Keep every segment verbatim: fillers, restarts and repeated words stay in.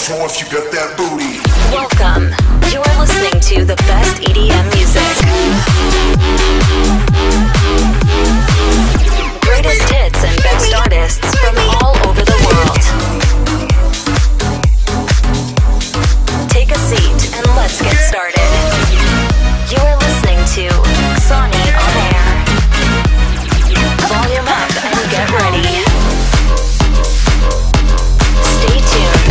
for if you got that booty. Welcome. You are listening to the best E D M music. Greatest hits and best artists from all over the world. Take a seat and let's get started. You are listening to Xoni On Air. Volume up and get ready. Stay tuned.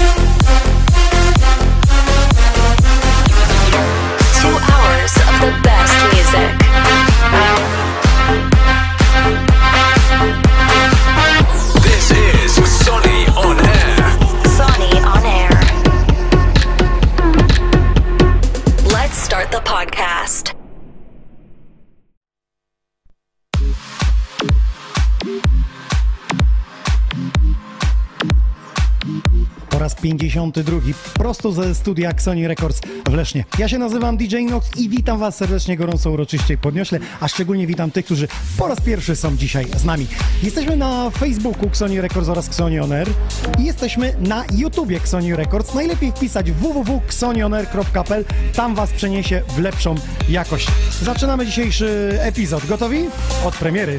Two hours of the best music. This is Xoni On Air. Xoni On Air. Let's start the podcast. Po raz pięćdziesiąty drugi, prosto ze studia Xoni Records w Lesznie. Ja się nazywam D J Inox i witam Was serdecznie, gorąco, uroczyście i podniośle, a szczególnie witam tych, którzy po raz pierwszy są dzisiaj z nami. Jesteśmy na Facebooku Xoni Records oraz Xoni On Air i jesteśmy na YouTubie Xoni Records. Najlepiej wpisać w w w kropka xonionair kropka p l, tam Was przeniesie w lepszą jakość. Zaczynamy dzisiejszy epizod. Gotowi? Od premiery.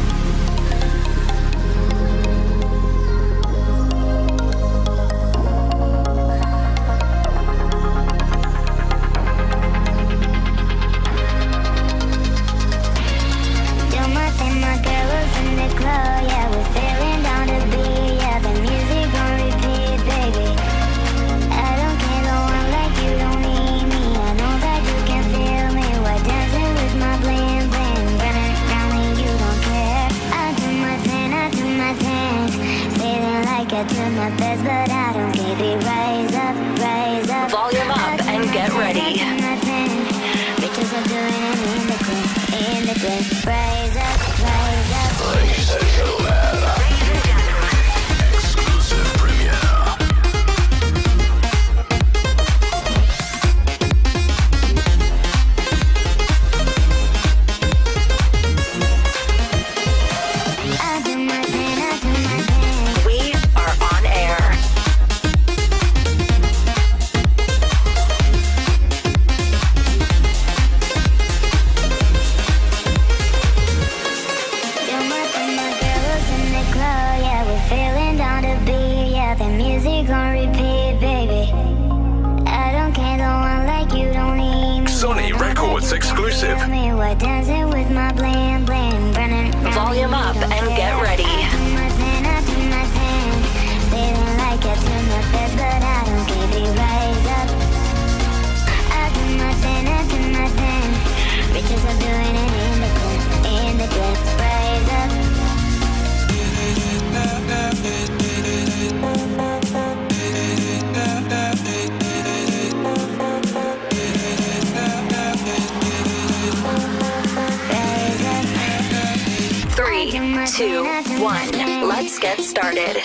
Volume up and get ready. Ladies and gentlemen, exclusive premiere. We are on air. Xoni Records exclusive. Volume up and get ready. Three, two, one. Let's get started.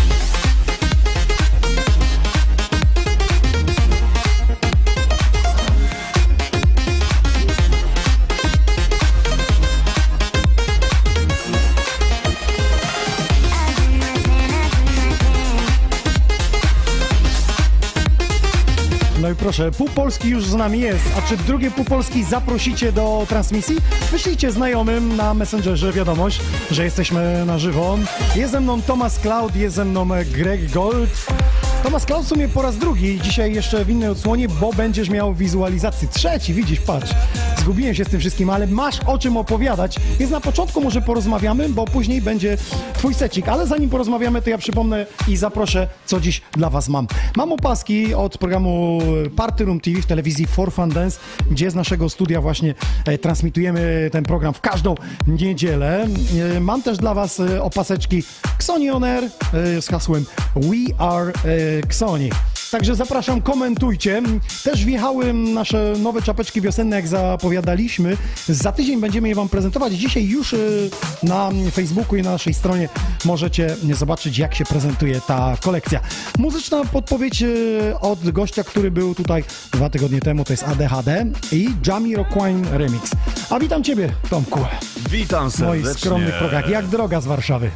No i proszę, pół Polski już z nami jest, a czy drugie pół Polski zaprosicie do transmisji? Wyślijcie znajomym na Messengerze wiadomość, że jesteśmy na żywo. Jest ze mną Thomas Cloud, jest ze mną Greg Gold. Thomas Cloud w sumie po raz drugi, dzisiaj jeszcze w innej odsłonie, bo będziesz miał wizualizację. Trzeci, widzisz, patrz. Zgubiłem się z tym wszystkim, ale masz o czym opowiadać. Więc na początku może porozmawiamy, bo później będzie twój secik. Ale zanim porozmawiamy, to ja przypomnę i zaproszę, co dziś dla Was mam. Mam opaski od programu Party Room T V w telewizji For Fun Dance, gdzie z naszego studia właśnie e, transmitujemy ten program w każdą niedzielę. E, mam też dla Was e, opaseczki Xoni On Air e, z hasłem We Are e, Xoni. Także zapraszam, komentujcie. Też wjechały nasze nowe czapeczki wiosenne, jak zapowiadaliśmy. Za tydzień będziemy je Wam prezentować. Dzisiaj już na Facebooku i na naszej stronie możecie zobaczyć, jak się prezentuje ta kolekcja. Muzyczna podpowiedź od gościa, który był tutaj dwa tygodnie temu, to jest A D H D i Jamiroquai Remix. A witam Ciebie, Tomku. Witam w moich serdecznie. skromnych progach. Jak droga z Warszawy?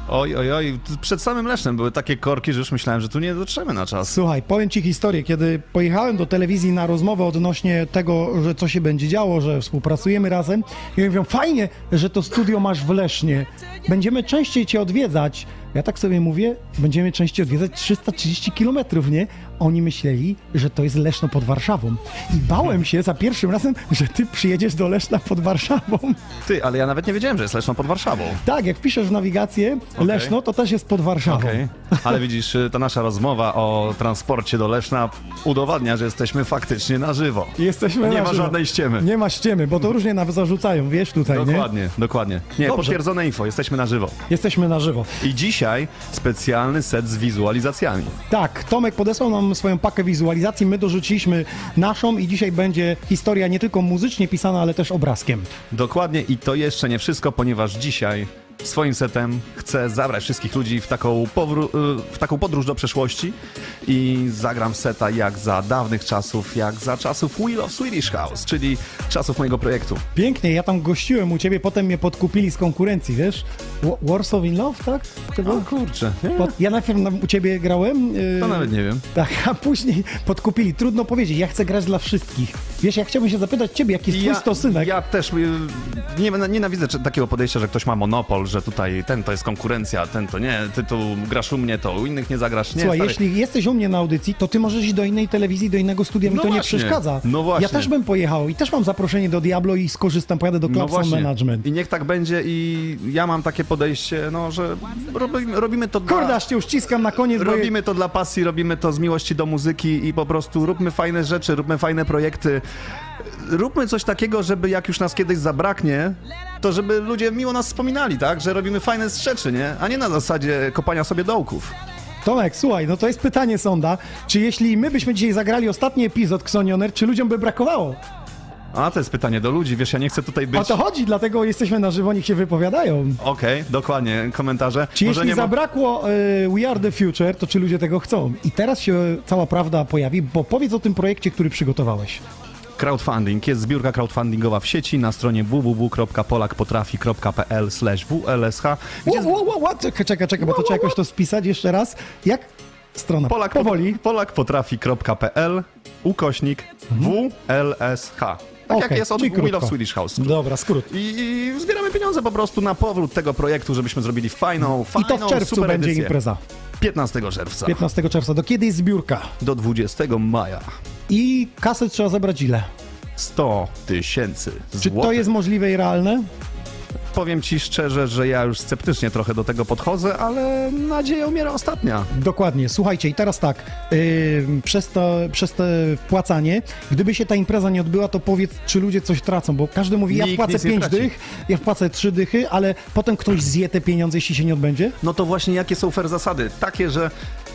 Oj, oj, oj, przed samym Lesznem były takie korki, że już myślałem, że tu nie dotrzemy na czas. Słuchaj, powiem ci historię, kiedy pojechałem do telewizji na rozmowę odnośnie tego, że co się będzie działo, że współpracujemy razem i oni mówią, fajnie, że to studio masz w Lesznie, będziemy częściej cię odwiedzać. Ja tak sobie mówię, będziemy częściej odwiedzać trzysta trzydzieści kilometrów, nie? Oni myśleli, że to jest Leszno pod Warszawą. I bałem się za pierwszym razem, że ty przyjedziesz do Leszna pod Warszawą. Ty, ale ja nawet nie wiedziałem, że jest Leszno pod Warszawą. Tak, jak wpiszesz w nawigację Leszno, to też jest pod Warszawą. Okej, okay. Ale widzisz, ta nasza rozmowa o transporcie do Leszna udowadnia, że jesteśmy faktycznie na żywo. Jesteśmy Nie na ma żywo. żadnej ściemy. Nie ma ściemy, bo to różnie nam zarzucają, wiesz, tutaj, nie? Dokładnie, dokładnie. Nie, Dobrze. potwierdzone info, jesteśmy na żywo. Jesteśmy na żywo. I dzisiaj specjalny set z wizualizacjami. Tak, Tomek podesłał nam swoją pakę wizualizacji, my dorzuciliśmy naszą i dzisiaj będzie historia nie tylko muzycznie pisana, ale też obrazkiem. Dokładnie i to jeszcze nie wszystko, ponieważ dzisiaj swoim setem chcę zabrać wszystkich ludzi w taką, powró- w taką podróż do przeszłości i zagram seta jak za dawnych czasów, jak za czasów Wheel of Swedish House, czyli czasów mojego projektu. Pięknie, ja tam gościłem u ciebie, potem mnie podkupili z konkurencji, wiesz? Wa- Warsaw in Love, tak? Tego? O kurczę, nie? Pod, ja najpierw na, u ciebie grałem. Yy, To nawet nie wiem. Tak, a później podkupili. Trudno powiedzieć, ja chcę grać dla wszystkich. Wiesz, ja chciałbym się zapytać ciebie, jaki jest twój stosunek? Ja też y, nie, nienawidzę czy- takiego podejścia, że ktoś ma monopol, że tutaj ten to jest konkurencja, ten to nie, ty tu grasz u mnie, to u innych nie zagrasz. Nie, Słuchaj, stary. jeśli jesteś u mnie na audycji, to ty możesz iść do innej telewizji, do innego studia, mi No to nie właśnie, przeszkadza. no właśnie. Ja też bym pojechał i też mam zaproszenie do Diablo i skorzystam, pojadę do No Clapson właśnie. Management. I niech tak będzie i ja mam takie podejście, no, że robimy, robimy to dla... Kurde, aż cię uściskam na koniec, bo... Robimy to dla pasji, robimy to z miłości do muzyki i po prostu róbmy fajne rzeczy, róbmy fajne projekty. Róbmy coś takiego, żeby jak już nas kiedyś zabraknie, to żeby ludzie miło nas wspominali, tak? Że robimy fajne rzeczy, nie? A nie na zasadzie kopania sobie dołków. Tomek, słuchaj, no to jest pytanie sonda. Czy jeśli my byśmy dzisiaj zagrali ostatni epizod Xonioner, czy ludziom by brakowało? A, to jest pytanie do ludzi, wiesz, ja nie chcę tutaj być... O to chodzi, dlatego jesteśmy na żywo, niech się wypowiadają. Okej, dokładnie, komentarze. Czy Może jeśli nie ma- zabrakło y, We Are The Future, to czy ludzie tego chcą? I teraz się cała prawda pojawi, bo powiedz o tym projekcie, który przygotowałeś. Crowdfunding. Jest zbiórka crowdfundingowa w sieci na stronie w w w kropka polak potrafi kropka p l slash w l s h. Ło, ło, ło, ło, czekaj, czekaj, czekaj, bo to trzeba jakoś to spisać jeszcze raz. Jak? Strona. Polak, Powoli. polak potrafi kropka p l ukośnik w l s h. Tak Okej, jak jest od czyli Wheel of krótko. Swedish House. Dobra, skrót. I, I zbieramy pieniądze po prostu na powrót tego projektu, żebyśmy zrobili fajną, fajną, I to w czerwcu super będzie edycję. impreza. piętnastego czerwca piętnastego czerwca. Do kiedy jest zbiórka? do dwudziestego maja. I kasę trzeba zebrać ile? sto tysięcy Czy złotych. to jest możliwe i realne? Powiem ci szczerze, że ja już sceptycznie trochę do tego podchodzę, ale nadzieja umiera ostatnia. Dokładnie. Słuchajcie, i teraz tak, yy, przez, to, przez to wpłacanie, gdyby się ta impreza nie odbyła, to powiedz, czy ludzie coś tracą, bo każdy mówi, ja Nikt wpłacę nic nie pięć traci. dych, ja wpłacę trzy dychy, ale potem ktoś zje te pieniądze, jeśli się nie odbędzie? No to właśnie jakie są fair zasady? Takie, że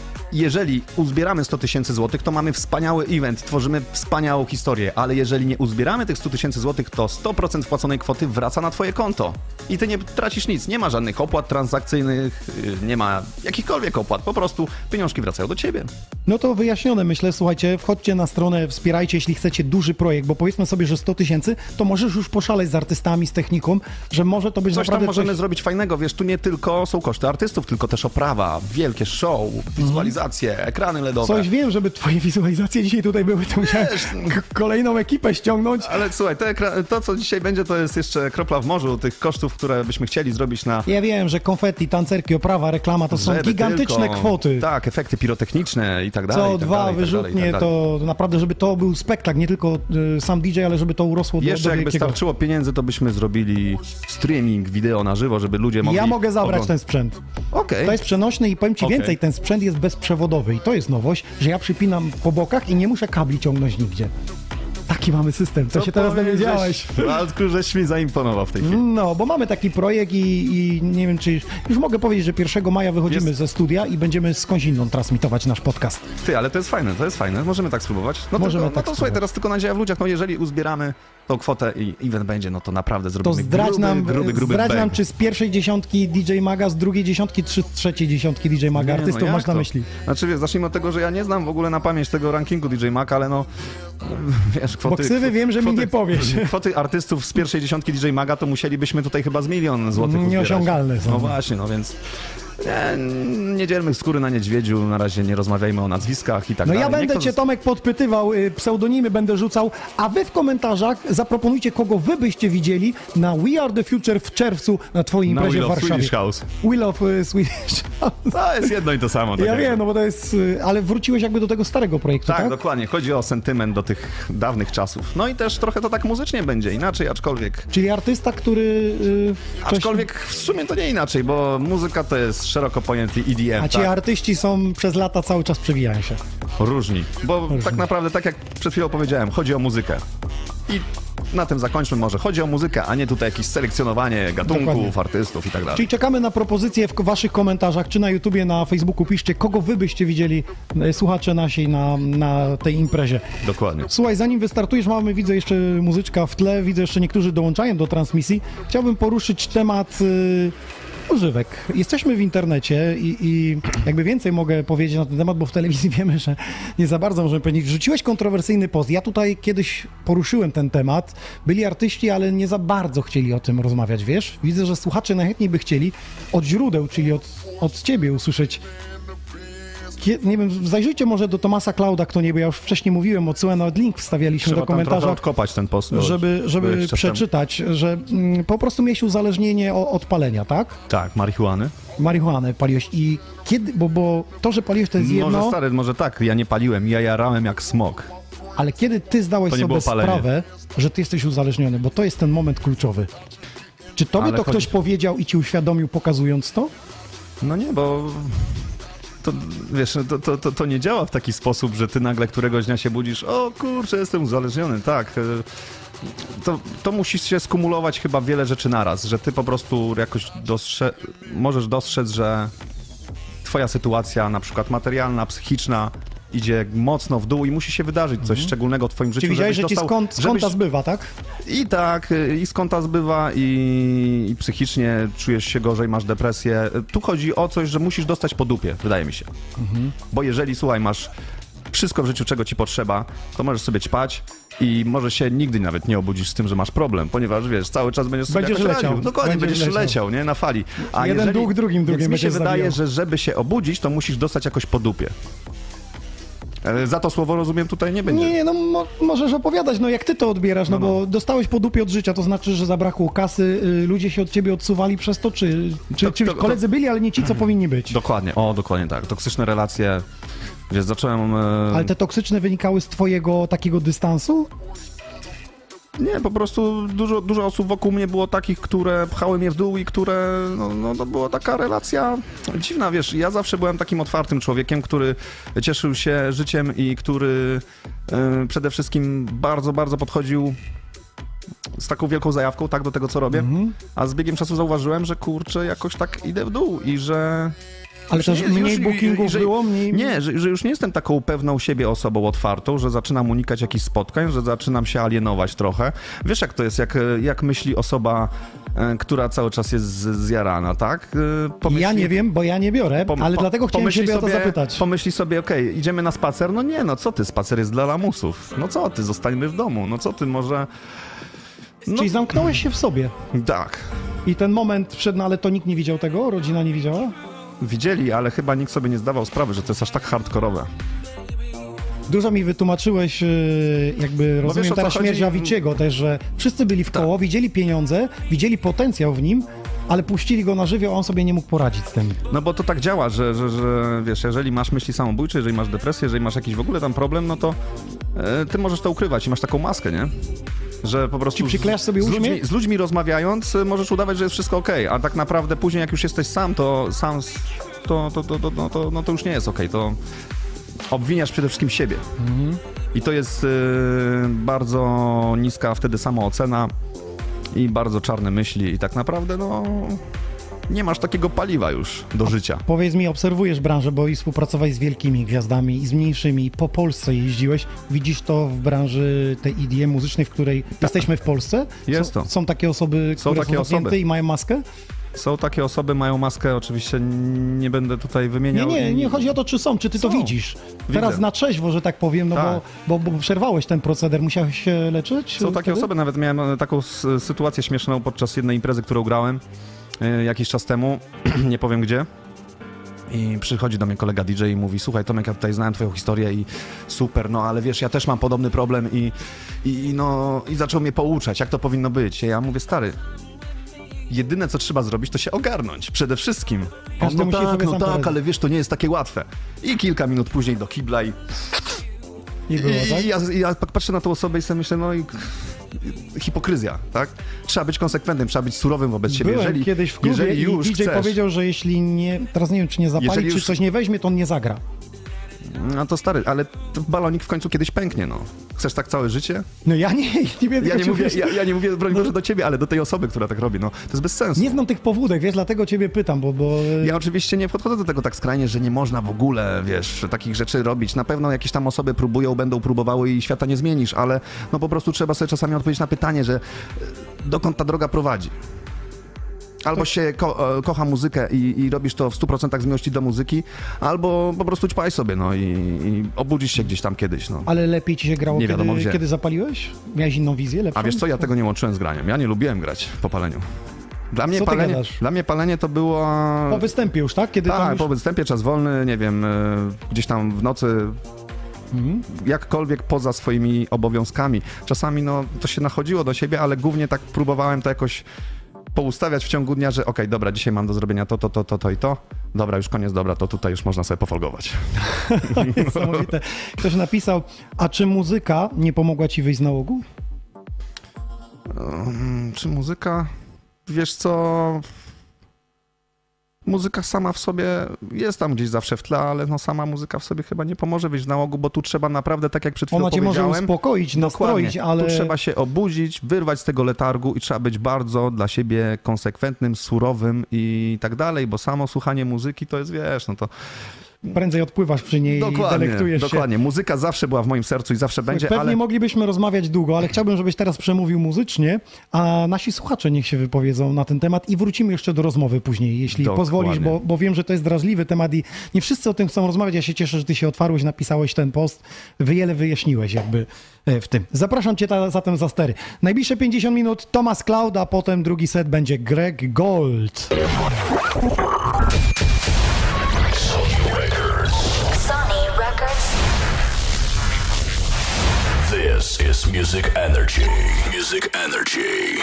jeżeli uzbieramy sto tysięcy złotych, to mamy wspaniały event, tworzymy wspaniałą historię, ale jeżeli nie uzbieramy tych sto tysięcy złotych, to sto procent wpłaconej kwoty wraca na twoje konto. I ty nie tracisz nic, nie ma żadnych opłat transakcyjnych, yy, nie ma jakichkolwiek opłat, po prostu pieniążki wracają do ciebie. No to wyjaśnione, myślę, słuchajcie, wchodźcie na stronę, wspierajcie, jeśli chcecie duży projekt, bo powiedzmy sobie, że sto tysięcy, to możesz już poszaleć z artystami, z techniką, że może to być Coś tam naprawdę możemy coś... zrobić fajnego, wiesz, tu nie tylko są koszty artystów, tylko też oprawa, wielkie show, wizualizacje, ekrany ledowe. Coś wiem, żeby twoje wizualizacje dzisiaj tutaj były, to musiałem k- kolejną ekipę ściągnąć. Ale słuchaj, te ekra- to co dzisiaj będzie, to jest jeszcze kropla w morzu tych kosztów, które byśmy chcieli zrobić na... Ja wiem, że konfetti, tancerki, oprawa, reklama to są żeby gigantyczne tylko- kwoty. Tak, efekty pirotechniczne i tak dalej. Co i tak dwa dalej, i tak wyrzutnie, dalej, i tak dalej. to naprawdę, żeby to był spektakl, nie tylko y, sam D J, ale żeby to urosło do, Jeszcze do jakby wielkiego. starczyło pieniędzy, to byśmy zrobili streaming, wideo na żywo, żeby ludzie mogli... Ja mogę zabrać oglądać. ten sprzęt. Okej. To jest przenośny i powiem ci Okej. więcej, ten sprzęt jest bezprzewodowy i to jest nowość, że ja przypinam po bokach i nie muszę kabli ciągnąć nigdzie. Taki mamy system, co To się teraz powiem, dowiedziałeś. żeś- Waldku, żeś mi zaimponował w tej chwili. No, bo mamy taki projekt i, i nie wiem, czy... Już mogę powiedzieć, że pierwszego maja wychodzimy Jest- ze studia i będziemy skądś inną transmitować nasz podcast. Ty, ale to jest fajne, to jest fajne. Możemy tak spróbować. No Możemy tylko, tak no to słuchaj, spróbować. teraz tylko nadzieja w ludziach. No jeżeli uzbieramy tą kwotę i event będzie, no to naprawdę To zrobimy zdradź gruby, nam, gruby, gruby zdradź bang. nam, czy z pierwszej dziesiątki D J Maga, z drugiej dziesiątki, czy z trzeciej dziesiątki D J Maga Nie, no artystów jak masz na to? myśli? Znaczy wiesz, zacznijmy od tego, że ja nie znam w ogóle na pamięć tego rankingu D J Maca, ale no wiesz, kwota ksywy wiem, że mi nie powiesz. Kwoty artystów z pierwszej dziesiątki D J Maga to musielibyśmy tutaj chyba z milion złotych uzbierać. Nieosiągalne są. No właśnie, no więc nie, nie dzielmy skóry na niedźwiedziu, na razie nie rozmawiajmy o nazwiskach i tak No dalej. ja będę Niech to cię, Tomek, podpytywał, y, pseudonimy będę rzucał, a wy w komentarzach zaproponujcie, kogo wy byście widzieli na We Are The Future w czerwcu na twojej na imprezie Will w of Warszawie. Swedish House. Will of y, Swedish House. To jest jedno i to samo. Tak Ja jak- wiem, no bo to jest... y, Ale wróciłeś jakby do tego starego projektu, Tak, tak? dokładnie. Chodzi o sentyment do tych dawnych czasów. No i też trochę to tak muzycznie będzie, inaczej, aczkolwiek... Czyli artysta, który... Y, wcześniej- Aczkolwiek w sumie to nie inaczej, bo muzyka to jest szeroko pojęty E D M. A ci tak? artyści są przez lata cały czas przewijają się. Różni. Bo tak naprawdę, tak jak przed chwilą powiedziałem, chodzi o muzykę. I na tym zakończmy może. Chodzi o muzykę, a nie tutaj jakieś selekcjonowanie gatunków, Dokładnie. artystów i tak dalej. Czyli czekamy na propozycje w waszych komentarzach, czy na YouTubie, na Facebooku. Piszcie, kogo wy byście widzieli, e, słuchacze nasi, na, na tej imprezie. Dokładnie. Słuchaj, zanim wystartujesz, mamy, widzę jeszcze muzyczka w tle, widzę jeszcze niektórzy dołączają do transmisji. Chciałbym poruszyć temat y, używek. Jesteśmy w internecie i, i jakby więcej mogę powiedzieć na ten temat, bo w telewizji wiemy, że nie za bardzo możemy powiedzieć. Wrzuciłeś kontrowersyjny post. Ja tutaj kiedyś poruszyłem ten temat. Byli artyści, ale nie za bardzo chcieli o tym rozmawiać, wiesz? Widzę, że słuchacze najchętniej by chcieli od źródeł, czyli od, od ciebie usłyszeć. Kie- Nie wiem, zajrzyjcie może do Tomasa Clouda, kto nie wie, ja już wcześniej mówiłem, odsyłę nawet link wstawialiśmy Trzeba do tam trochę komentarza, odkopać ten post. bo żeby, był żeby jakiś czas temu. przeczytać, że mm, po prostu miałeś uzależnienie o- od palenia, tak? Tak, marihuany. Marihuanę paliłeś i kiedy, bo, bo to, że paliłeś to jest jedno, Może stary, może tak, ja nie paliłem, ja jarałem jak smok. ale kiedy ty zdałeś To nie sobie było palenie. sprawę, że ty jesteś uzależniony, bo to jest ten moment kluczowy. Czy tobie Ale to chodzi- ktoś powiedział i ci uświadomił, pokazując to? No nie, bo to, wiesz, to, to, to, to nie działa w taki sposób, że ty nagle któregoś dnia się budzisz, o kurczę, jestem uzależniony, tak. y, To, to musi się skumulować chyba wiele rzeczy naraz, że ty po prostu jakoś dostrze- możesz dostrzec, że twoja sytuacja, na przykład materialna, psychiczna, idzie mocno w dół i musi się wydarzyć coś szczególnego w twoim życiu. Czy widziałeś, że żebyś ci dostał- skąd, skąd ta żebyś- zbywa, tak? I tak, y, i skąd ta zbywa, i, i psychicznie czujesz się gorzej, masz depresję. Tu chodzi o coś, że musisz dostać po dupie, wydaje mi się. Mhm. Bo jeżeli, słuchaj, masz wszystko w życiu, czego ci potrzeba, to możesz sobie ćpać i może się nigdy nawet nie obudzisz z tym, że masz problem, ponieważ, wiesz, cały czas będziesz sobie Będziesz jakoś leciał. radził. Dokładnie, Będziesz będziesz, leciał. leciał, nie? Na fali. A Jeden jeżeli, dług drugim drugim Więc mi się będziesz wydaje, zabijał. że żeby się obudzić, to musisz dostać jakoś po dupie. E, Za to słowo, rozumiem, tutaj nie będzie. Nie, nie, no mo- możesz opowiadać, no jak ty to odbierasz, no, No, no. bo dostałeś po dupie od życia, to znaczy, że zabrakło kasy, y, ludzie się od ciebie odsuwali przez to, czy, czy, To- czy to- to- koledzy byli, ale nie ci, co powinni być. Dokładnie, o, dokładnie tak. Toksyczne relacje, wiesz, zacząłem... e, Ale te toksyczne wynikały z twojego takiego dystansu? Nie, po prostu dużo, dużo osób wokół mnie było takich, które pchały mnie w dół i które, no, no to była taka relacja dziwna, wiesz, ja zawsze byłem takim otwartym człowiekiem, który cieszył się życiem i który e, przede wszystkim bardzo, bardzo podchodził z taką wielką zajawką, tak, do tego, co robię, Mhm. a z biegiem czasu zauważyłem, że kurczę, jakoś tak idę w dół i że... Ale też nie- mniej już- bookingów że- było, mniej... Nie, że, że już nie jestem taką pewną siebie osobą otwartą, że zaczynam unikać jakichś spotkań, że zaczynam się alienować trochę. Wiesz, jak to jest, jak, jak myśli osoba, e, która cały czas jest z- zjarana, tak? E, pomyśli- Ja nie wiem, bo ja nie biorę, pom- ale po- dlatego chciałem pomyśli ciebie o to sobie- zapytać. Pomyśli sobie, okej, idziemy na spacer, no nie, no co ty, spacer jest dla lamusów. No co ty, zostańmy w domu, no co ty, może... No, Czyli zamknąłeś się w sobie. tak. I ten moment przed, no ale to nikt nie widział tego? Rodzina nie widziała? Widzieli, ale chyba nikt sobie nie zdawał sprawy, że to jest aż tak hardkorowe. Dużo mi wytłumaczyłeś, yy, jakby rozumiem wiesz, o co teraz śmierć chodzi? Avicii'ego też, że wszyscy byli w koło, widzieli pieniądze, widzieli potencjał w nim, ale puścili go na żywioł, a on sobie nie mógł poradzić z tym. No bo to tak działa, że, że, że wiesz, jeżeli masz myśli samobójcze, jeżeli masz depresję, jeżeli masz jakiś w ogóle tam problem, no to e, ty możesz to ukrywać i masz taką maskę, nie? Że po prostu Czy przyklejasz sobie z, z, uśmiech? ludźmi, z ludźmi rozmawiając e, możesz udawać, że jest wszystko okej, a tak naprawdę później jak już jesteś sam, to sam s- to, to, to, to, no, to, no to już nie jest okej, to obwiniasz przede wszystkim siebie. I to jest e, bardzo niska wtedy samoocena i bardzo czarne myśli i tak naprawdę no nie masz takiego paliwa już do życia. Powiedz mi, obserwujesz branżę, bo i współpracowałeś z wielkimi gwiazdami i z mniejszymi, po Polsce jeździłeś. Widzisz to w branży tej E D M muzycznej, w której jesteśmy w Polsce? Jest są, to. Są takie osoby, Są które takie są zamknięte osoby. i mają maskę? Są takie osoby, mają maskę, oczywiście nie będę tutaj Nie, wymieniał. nie, i- nie chodzi o to, czy są, czy ty to Są. widzisz. Teraz Widzę. na trzeźwo, że tak powiem, no Tak. bo, bo, bo przerwałeś ten proceder, musiałeś się leczyć? Są takie wtedy? osoby, nawet miałem e, taką s- sytuację śmieszną podczas jednej imprezy, którą grałem e, jakiś czas temu, nie powiem gdzie. I przychodzi do mnie kolega D J i mówi: słuchaj Tomek, ja tutaj znałem twoją historię i super, no ale wiesz, ja też mam podobny problem i, i, i no i zaczął mnie pouczać, jak to powinno być. Ja mówię: stary, jedyne co trzeba zrobić, to się ogarnąć, przede wszystkim. Każdy no musi tak, sobie no sam tak, poradzić. ale wiesz, to nie jest takie łatwe. I kilka minut później do kibla i, I było, i, tak? i ja, i ja patrzę na tą osobę i sobie myślę, no i hipokryzja, tak? Trzeba być konsekwentnym, trzeba być surowym wobec siebie. Byłem jeżeli, kiedyś w klubie jeżeli już i D J chcesz, powiedział, że jeśli nie, teraz nie wiem, czy nie zapali, Jeżeli czy już- coś nie weźmie, to on nie zagra. no to stary, ale to balonik w końcu kiedyś pęknie, no. Chcesz tak całe życie? No ja nie, nie będę Ja nie cię mówię, wiesz, ja, ja nie mówię, broń Boże, do ciebie, ale do tej osoby, która tak robi, no. To jest bez sensu. nie znam tych powódek, wiesz, dlatego ciebie pytam, bo... bo... Ja oczywiście nie podchodzę do tego tak skrajnie, że nie można w ogóle, wiesz, takich rzeczy robić. Na pewno jakieś tam osoby próbują, będą próbowały i świata nie zmienisz, ale no po prostu trzeba sobie czasami odpowiedzieć na pytanie, że e, dokąd ta droga prowadzi. Albo się ko- e, kocha muzykę i, i robisz to w stu procentach z miłości do muzyki, albo po prostu ćpaj sobie, no i, i obudzisz się gdzieś tam kiedyś, no. Ale lepiej ci się grało, Nie wiadomo kiedy, gdzie. kiedy zapaliłeś? Miałeś inną wizję, lepszą? A wiesz co, ja tego nie łączyłem z graniem. Ja nie lubiłem grać po paleniu. Dla mnie, Co ty palenie, gadasz? dla mnie palenie to było... Po występie już, tak? Kiedy tam Tak, już... po występie, czas wolny, nie wiem, e, gdzieś tam w nocy, Mhm. jakkolwiek poza swoimi obowiązkami. Czasami no, to się nachodziło do siebie, ale głównie tak próbowałem to jakoś poustawiać w ciągu dnia, że okej, dobra, dzisiaj mam do zrobienia to, to, to, to, to i to. Dobra, już koniec, dobra, to tutaj już można sobie pofolgować. Niesamowite. Ktoś napisał, a czy muzyka nie pomogła ci wyjść z nałogu? Um, czy muzyka? Wiesz co... Muzyka sama w sobie jest tam gdzieś zawsze w tle, ale no sama muzyka w sobie chyba nie pomoże wyjść z nałogu, bo tu trzeba naprawdę, tak jak przed chwilą Ona cię może powiedziałem... uspokoić, nastroić, Dokładnie. ale... Tu trzeba się obudzić, wyrwać z tego letargu i trzeba być bardzo dla siebie konsekwentnym, surowym i tak dalej, bo samo słuchanie muzyki to jest, wiesz, no to... Prędzej odpływasz przy niej i Dokładnie, delektujesz się. dokładnie. Muzyka zawsze była w moim sercu i zawsze będzie, Pewnie ale... moglibyśmy rozmawiać długo, ale chciałbym, żebyś teraz przemówił muzycznie, a nasi słuchacze niech się wypowiedzą na ten temat i wrócimy jeszcze do rozmowy później, jeśli Dokładnie. pozwolisz, bo, bo wiem, że to jest drażliwy temat i nie wszyscy o tym chcą rozmawiać. Ja się cieszę, że ty się otwarłeś, napisałeś ten post, wiele wyjaśniłeś jakby e, w tym. Zapraszam cię ta, zatem za stery. Najbliższe pięćdziesiąt minut Thomas Cloud, a potem drugi set będzie Greg Gold. Sony Records. This is Music Energy. Music Energy.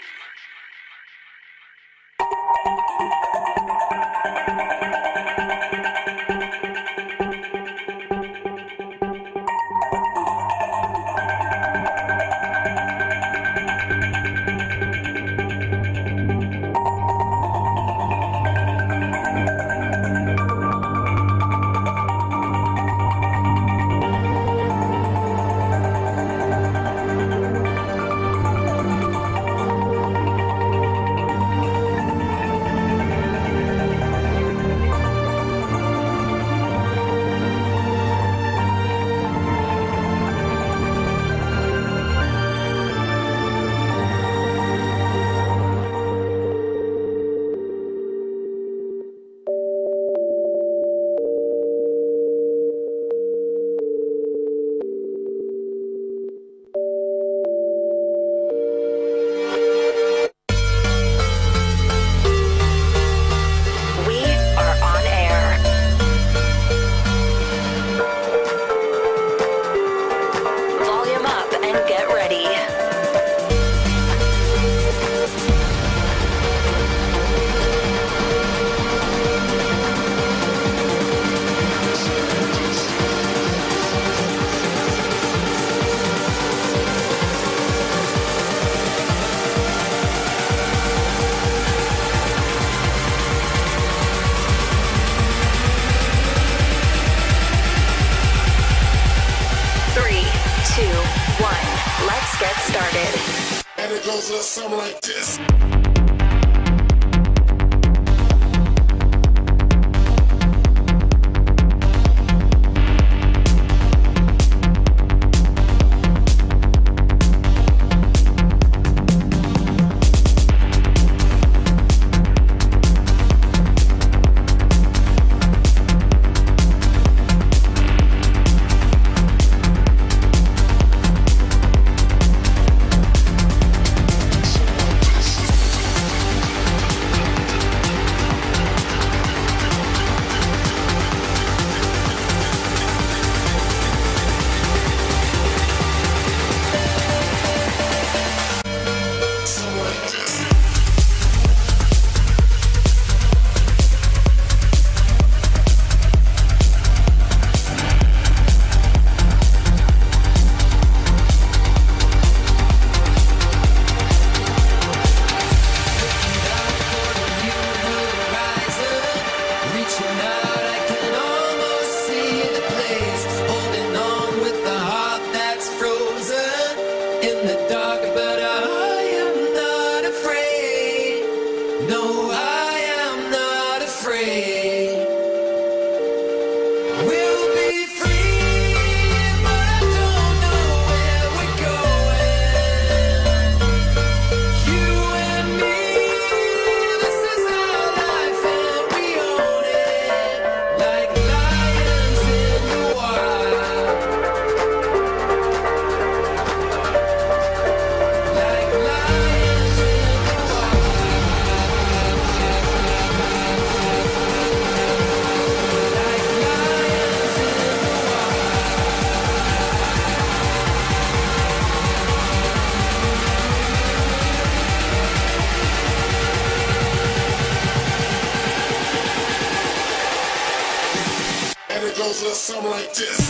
We are on air. Volume up and get ready. Three, two, one. Let's get started. And it goes a little something like this. like this.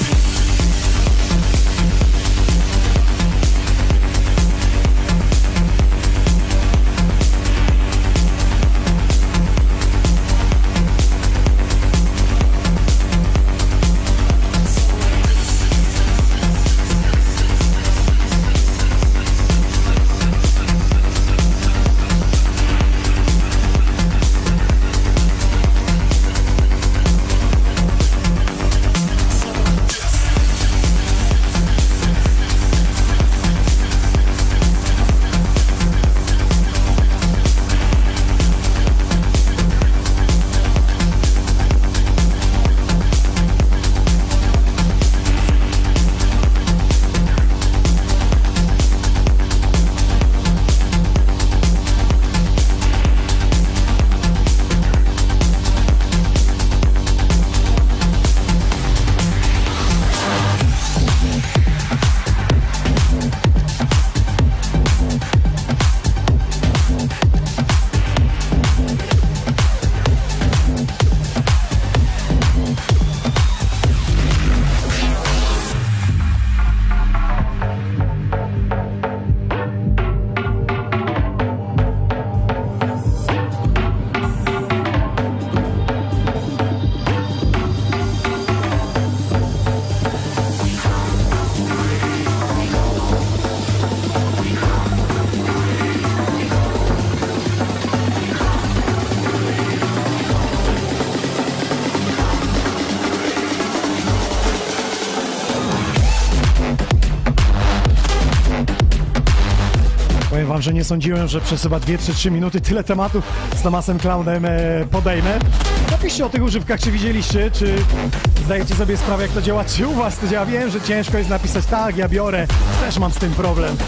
Powiem wam, że nie sądziłem, że przez chyba dwie trzy minuty tyle tematów z Tomasem Clownem e, podejmę. Napiszcie o tych używkach, czy widzieliście, czy zdajecie sobie sprawę, jak to działa, czy u was to działa. Wiem, że ciężko jest napisać, tak, ja biorę, też mam z tym problem.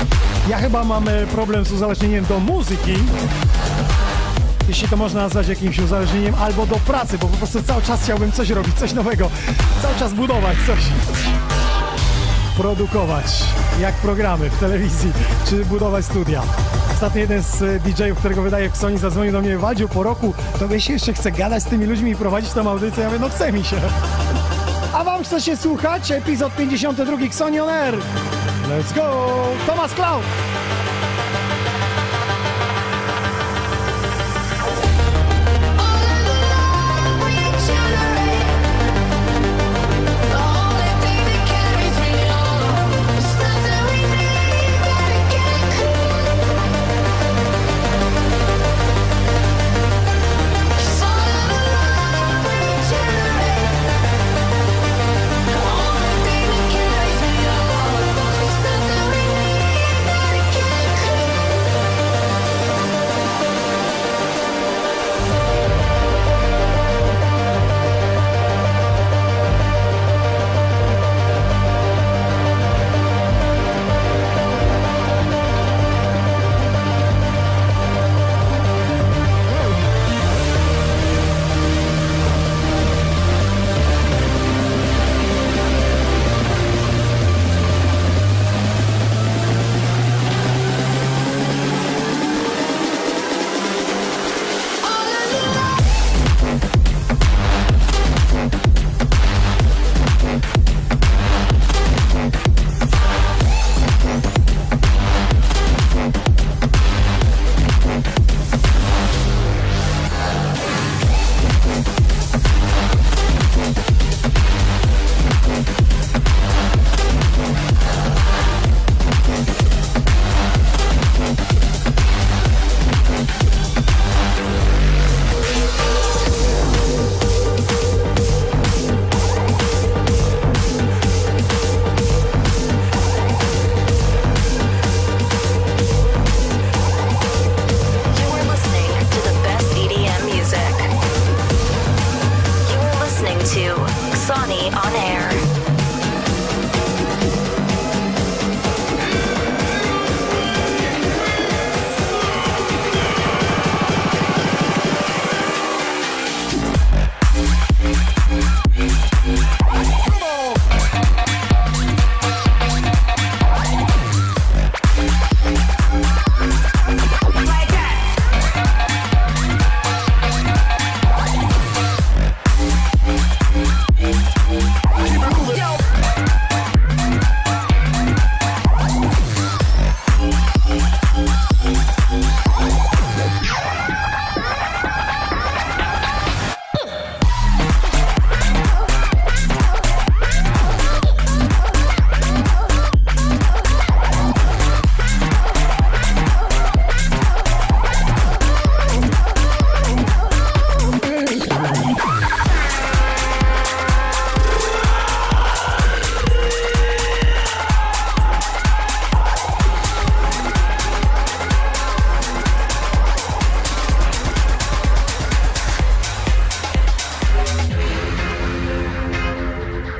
Ja chyba mam e, problem z uzależnieniem do muzyki, jeśli to można nazwać jakimś uzależnieniem, albo do pracy, bo po prostu cały czas chciałbym coś robić, coś nowego, cały czas budować coś. Produkować, jak programy w telewizji, czy budować studia. Ostatnio jeden z D J ów, którego wydaje w Sony, zadzwonił do mnie: Wadziu, po roku to wiesz, jeszcze chcę gadać z tymi ludźmi i prowadzić tą audycję. Ja mówię, no chce mi się. A wam chce się słuchać? Epizod pięćdziesiąty drugi Xoni On Air. Let's go! Tomas Clown! Carries me on.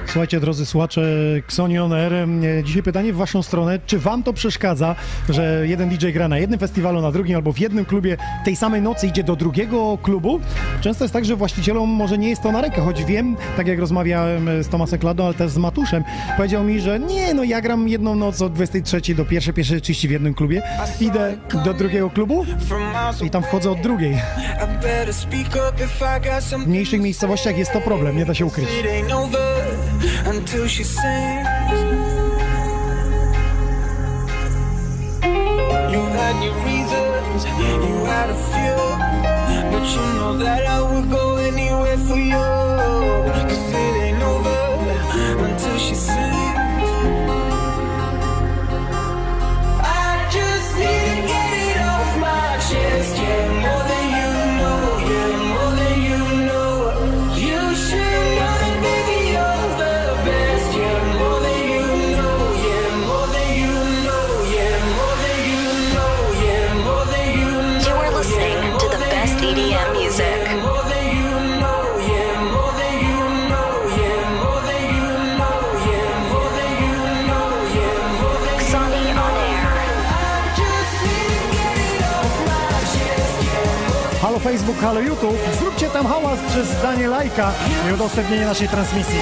Słuchajcie, drodzy słuchacze Xoni On Air, dzisiaj pytanie w waszą stronę, czy wam to przeszkadza, że jeden D J gra na jednym festiwalu, na drugim albo w jednym klubie tej samej nocy idzie do drugiego klubu? Często jest tak, że właścicielom może nie jest to na rękę, choć wiem, tak jak rozmawiałem z Tomasem Kladą, ale też z Matuszem, powiedział mi, że nie, no ja gram jedną noc od dwudziestej trzeciej do pierwszej, pierwszej trzydzieści w jednym klubie, idę do drugiego klubu i tam wchodzę od drugiej. W mniejszych miejscowościach jest to problem, nie da się ukryć. Until she sings, you had your reasons, you had a few, but you know that I would go anywhere for you. 'Cause it ain't over until she sings. I just need to get it off my chest, yeah, more than you know, yeah, more than you know. You should know that, baby, you're the best, yeah, more than you know, yeah, more than you know, yeah, more than you know, yeah, more than you know. You are listening to the best E D M music. More than you know, yeah, more than you know, yeah, more than you know, yeah, more than you know, yeah, more than you know. Xoni On Air. I just need to get it off my chest, yeah. Halo Facebook, halo YouTube, zróbcie tam hałas przez danie lajka i udostępnienie naszej transmisji.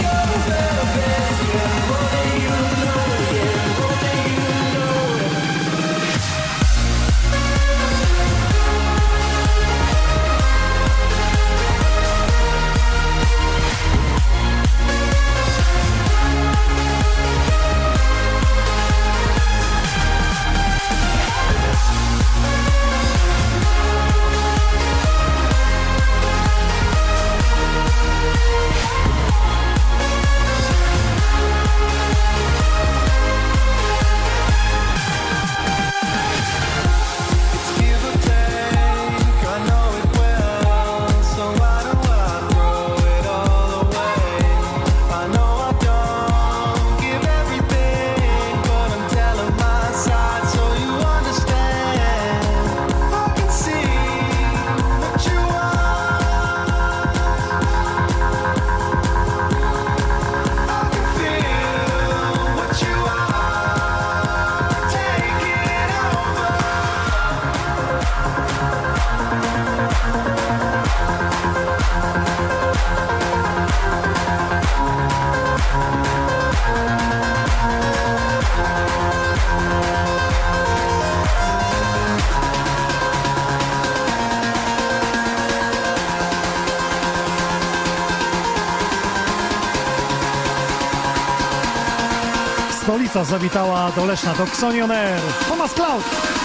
Stolica zawitała do Leszna, do Xoni On Air. Thomas Cloud!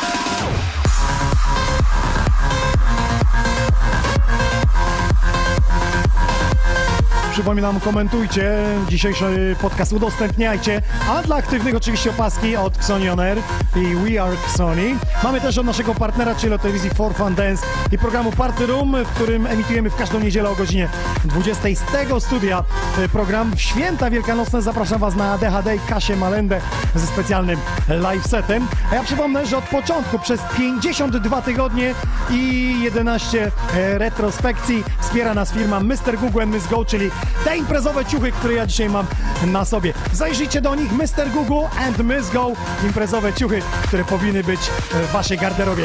Przypominam, komentujcie dzisiejszy podcast, udostępniajcie, a dla aktywnych oczywiście opaski od Xoni On Air i We Are Xoni. Mamy też od naszego partnera, czyli od telewizji For Fun Dance i programu Party Room, w którym emitujemy w każdą niedzielę o godzinie dwudziestej z tego studia program w święta wielkanocne. Zapraszam Was na D H D i Kasię Malendę ze specjalnym live setem. A ja przypomnę, że od początku przez pięćdziesiąt dwa tygodnie i jedenaście retrospekcji wspiera nas firma mister Google and Miss Go, czyli te imprezowe ciuchy, które ja dzisiaj mam na sobie. Zajrzyjcie do nich, mister Google and Miss Go, imprezowe ciuchy, które powinny być w waszej garderobie.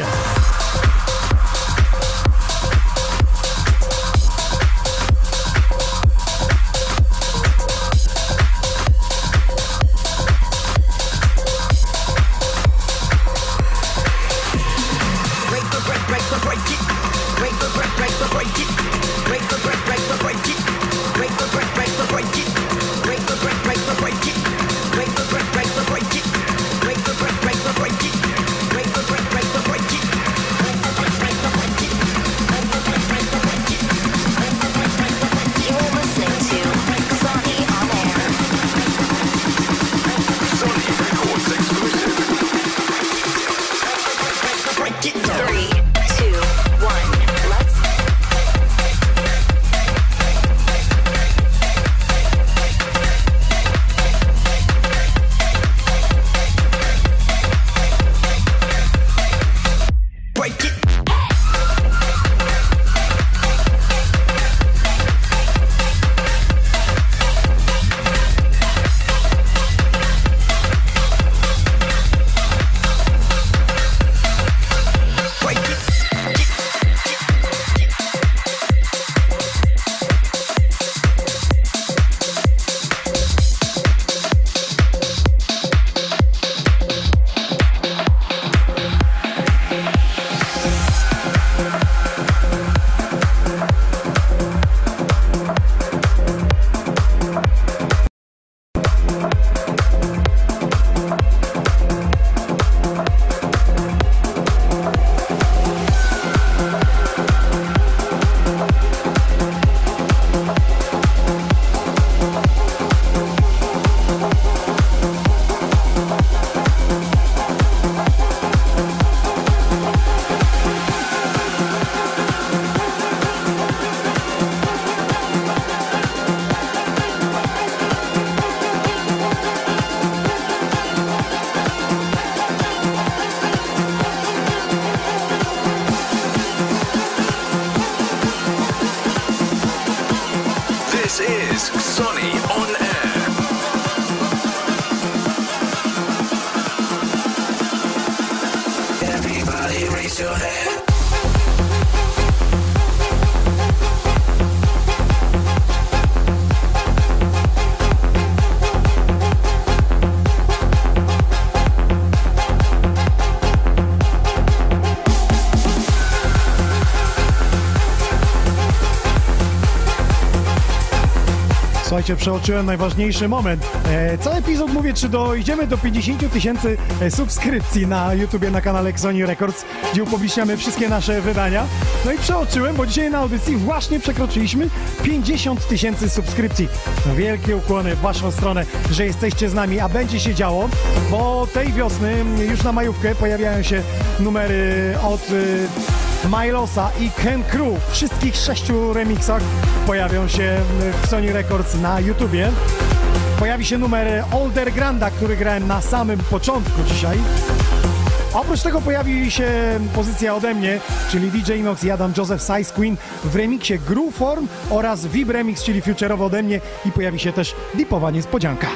Słuchajcie, przeoczyłem najważniejszy moment. E, co epizod mówię, czy dojdziemy do pięćdziesięciu tysięcy subskrypcji na YouTubie, na kanale Xoni Records, gdzie upubliczniamy wszystkie nasze wydania. No i przeoczyłem, bo dzisiaj na audycji właśnie przekroczyliśmy pięćdziesiąt tysięcy subskrypcji. No, wielkie ukłony w waszą stronę, że jesteście z nami, a będzie się działo, bo tej wiosny już na majówkę pojawiają się numery od y, Milosa i Ken Crew. W wszystkich sześciu remixach pojawią się w Sony Records na YouTubie. Pojawi się numer Older Granda, który grałem na samym początku dzisiaj. Oprócz tego pojawi się pozycja ode mnie, czyli D J Inox i Adam Joseph Size Queen w remiksie Groove Form oraz V I B Remix, czyli future'owo ode mnie, i pojawi się też dipowa niespodzianka.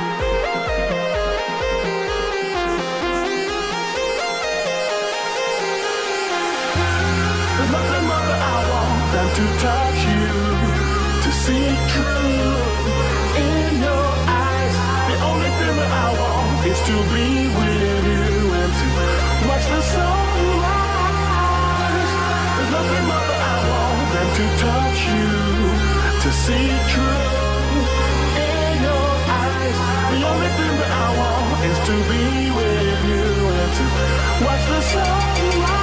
To touch you, to see truth in your eyes. The only thing that I want is to be with you and to watch the sunrise. There's nothing more that I want than to touch you, to see truth in your eyes. The only thing that I want is to be with you and to watch the sunrise.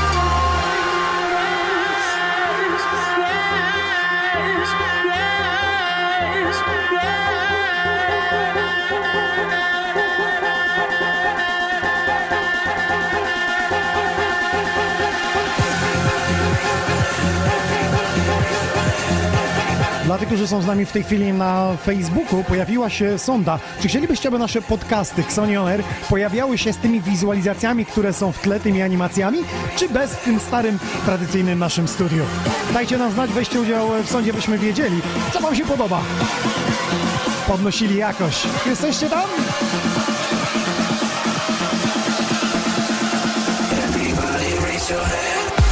Dla tych, którzy są z nami w tej chwili na Facebooku, pojawiła się sonda. Czy chcielibyście, aby nasze podcasty Xoni On Air pojawiały się z tymi wizualizacjami, które są w tle, tymi animacjami, czy bez w tym starym, tradycyjnym naszym studiu? Dajcie nam znać, weźcie udział w sondzie, byśmy wiedzieli, co wam się podoba. Podnosili jakość. Jesteście tam? Everybody raise your hand.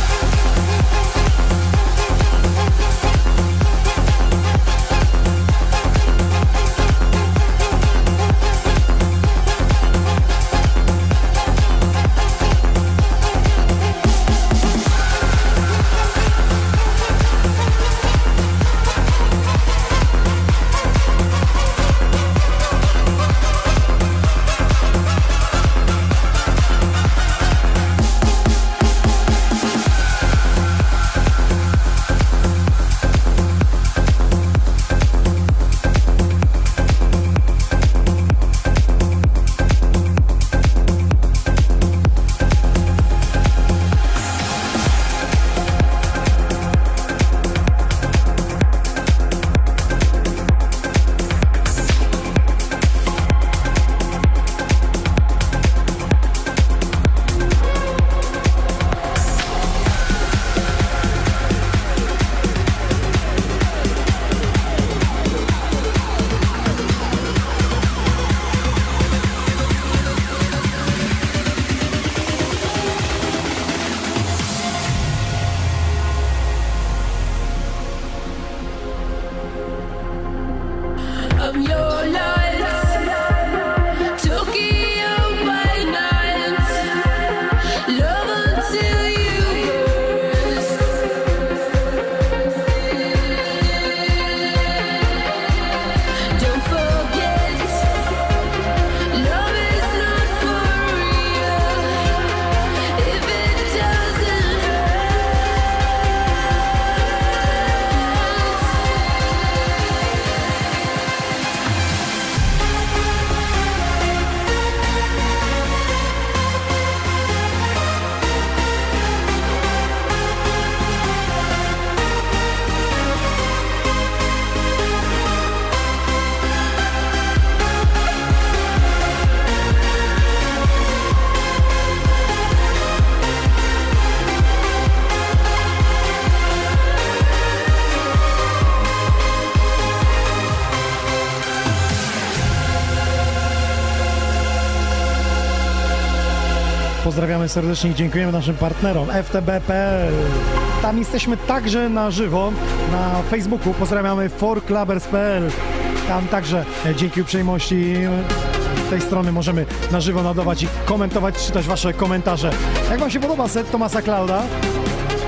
Pozdrawiamy serdecznie i dziękujemy naszym partnerom F T B kropka P L. Tam jesteśmy także na żywo na Facebooku. Pozdrawiamy for clubbers kropka P L. Tam także dzięki uprzejmości tej strony możemy na żywo nadawać i komentować, czytać wasze komentarze. Jak wam się podoba set Thomasa Clouda?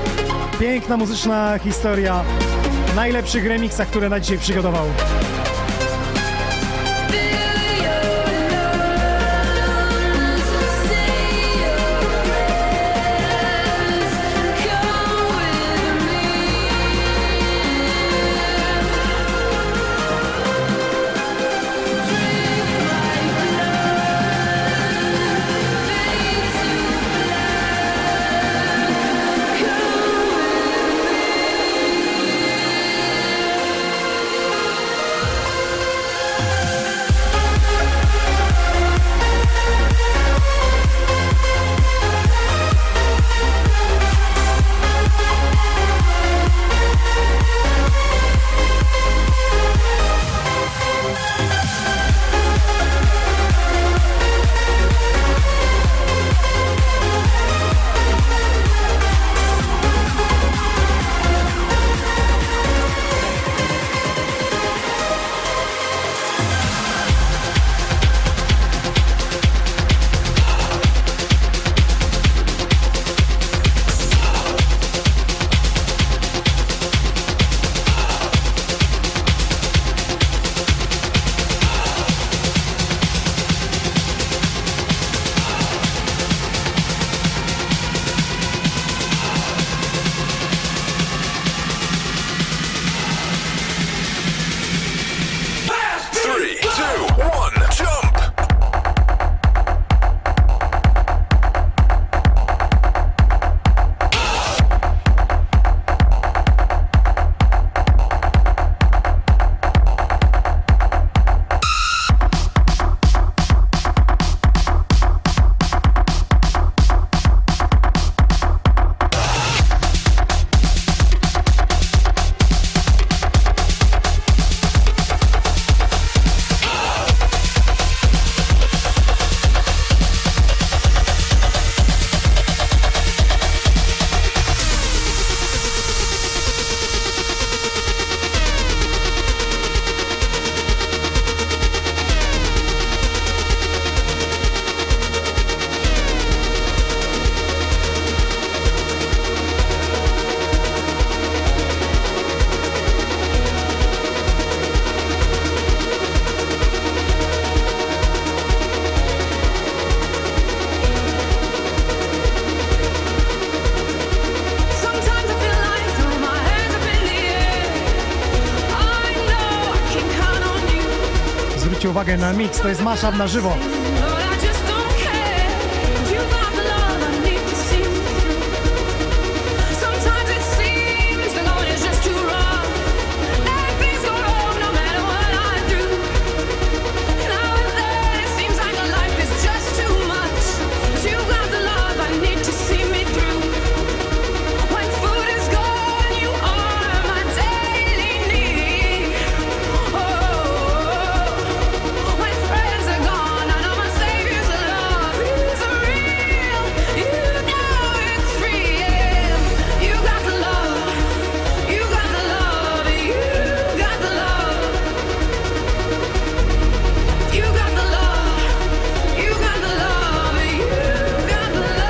Piękna muzyczna historia, najlepszych remiksach, które na dzisiaj przygotował. uwagę na mix, to jest mashup na żywo. Lord, I just don't care. You got the love I need to see me through. Sometimes it seems the going is just too rough. And things go wrong no matter what I do. Now and then it seems like a life is just too much. But you got the love I need to see me through. When food is gone, you are my daily need. Oh, when friends are gone, I know my Savior's love is real. You know it's real. You got the love. You got the love. You got the love. You got the love. You got the love. You got the love.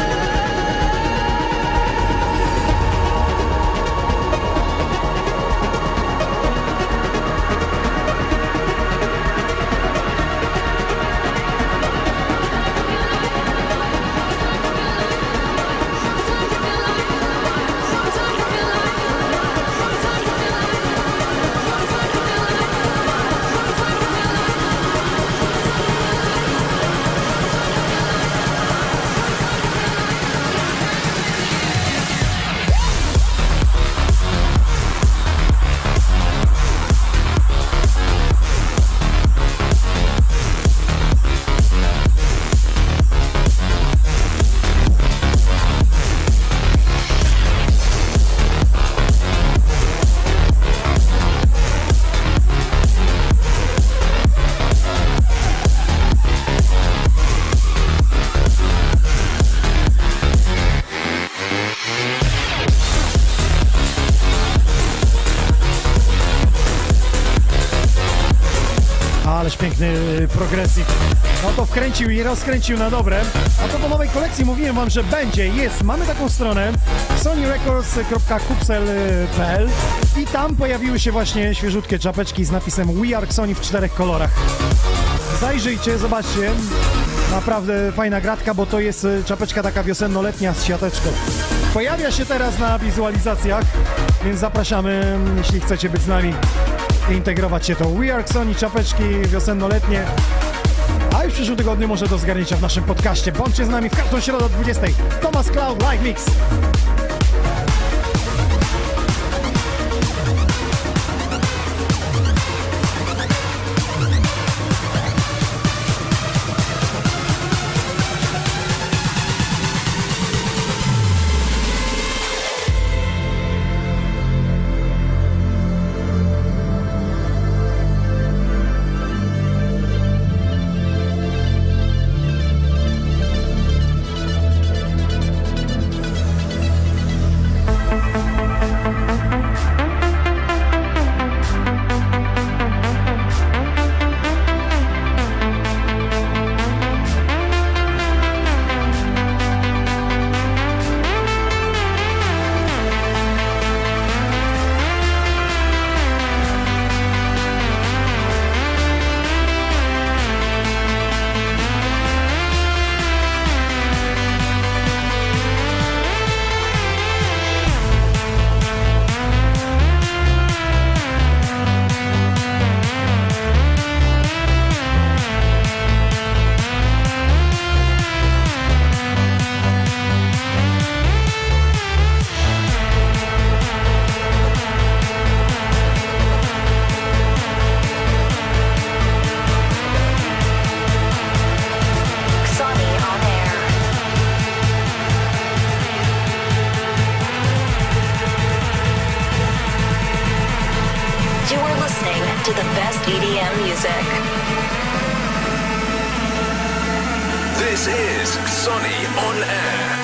Ależ piękny progresji. No to wkręcił i rozkręcił na dobre. A to po nowej kolekcji mówiłem wam, że będzie, jest. Mamy taką stronę sony records kropka kupsel kropka p l i tam pojawiły się właśnie świeżutkie czapeczki z napisem We Are Sony w czterech kolorach. Zajrzyjcie, zobaczcie. Naprawdę fajna gratka, bo to jest czapeczka taka wiosenno-letnia z siateczką. Pojawia się teraz na wizualizacjach, więc zapraszamy, jeśli chcecie być z nami i integrować się to. We Are Sony, czapeczki wiosenno-letnie. A już w przyszłym tygodniu może do zgarnięcia w naszym podcaście. Bądźcie z nami w każdą środę o dwudziestej. Thomas Cloud Live Mix. to the best E D M music. This is Sonny on Air.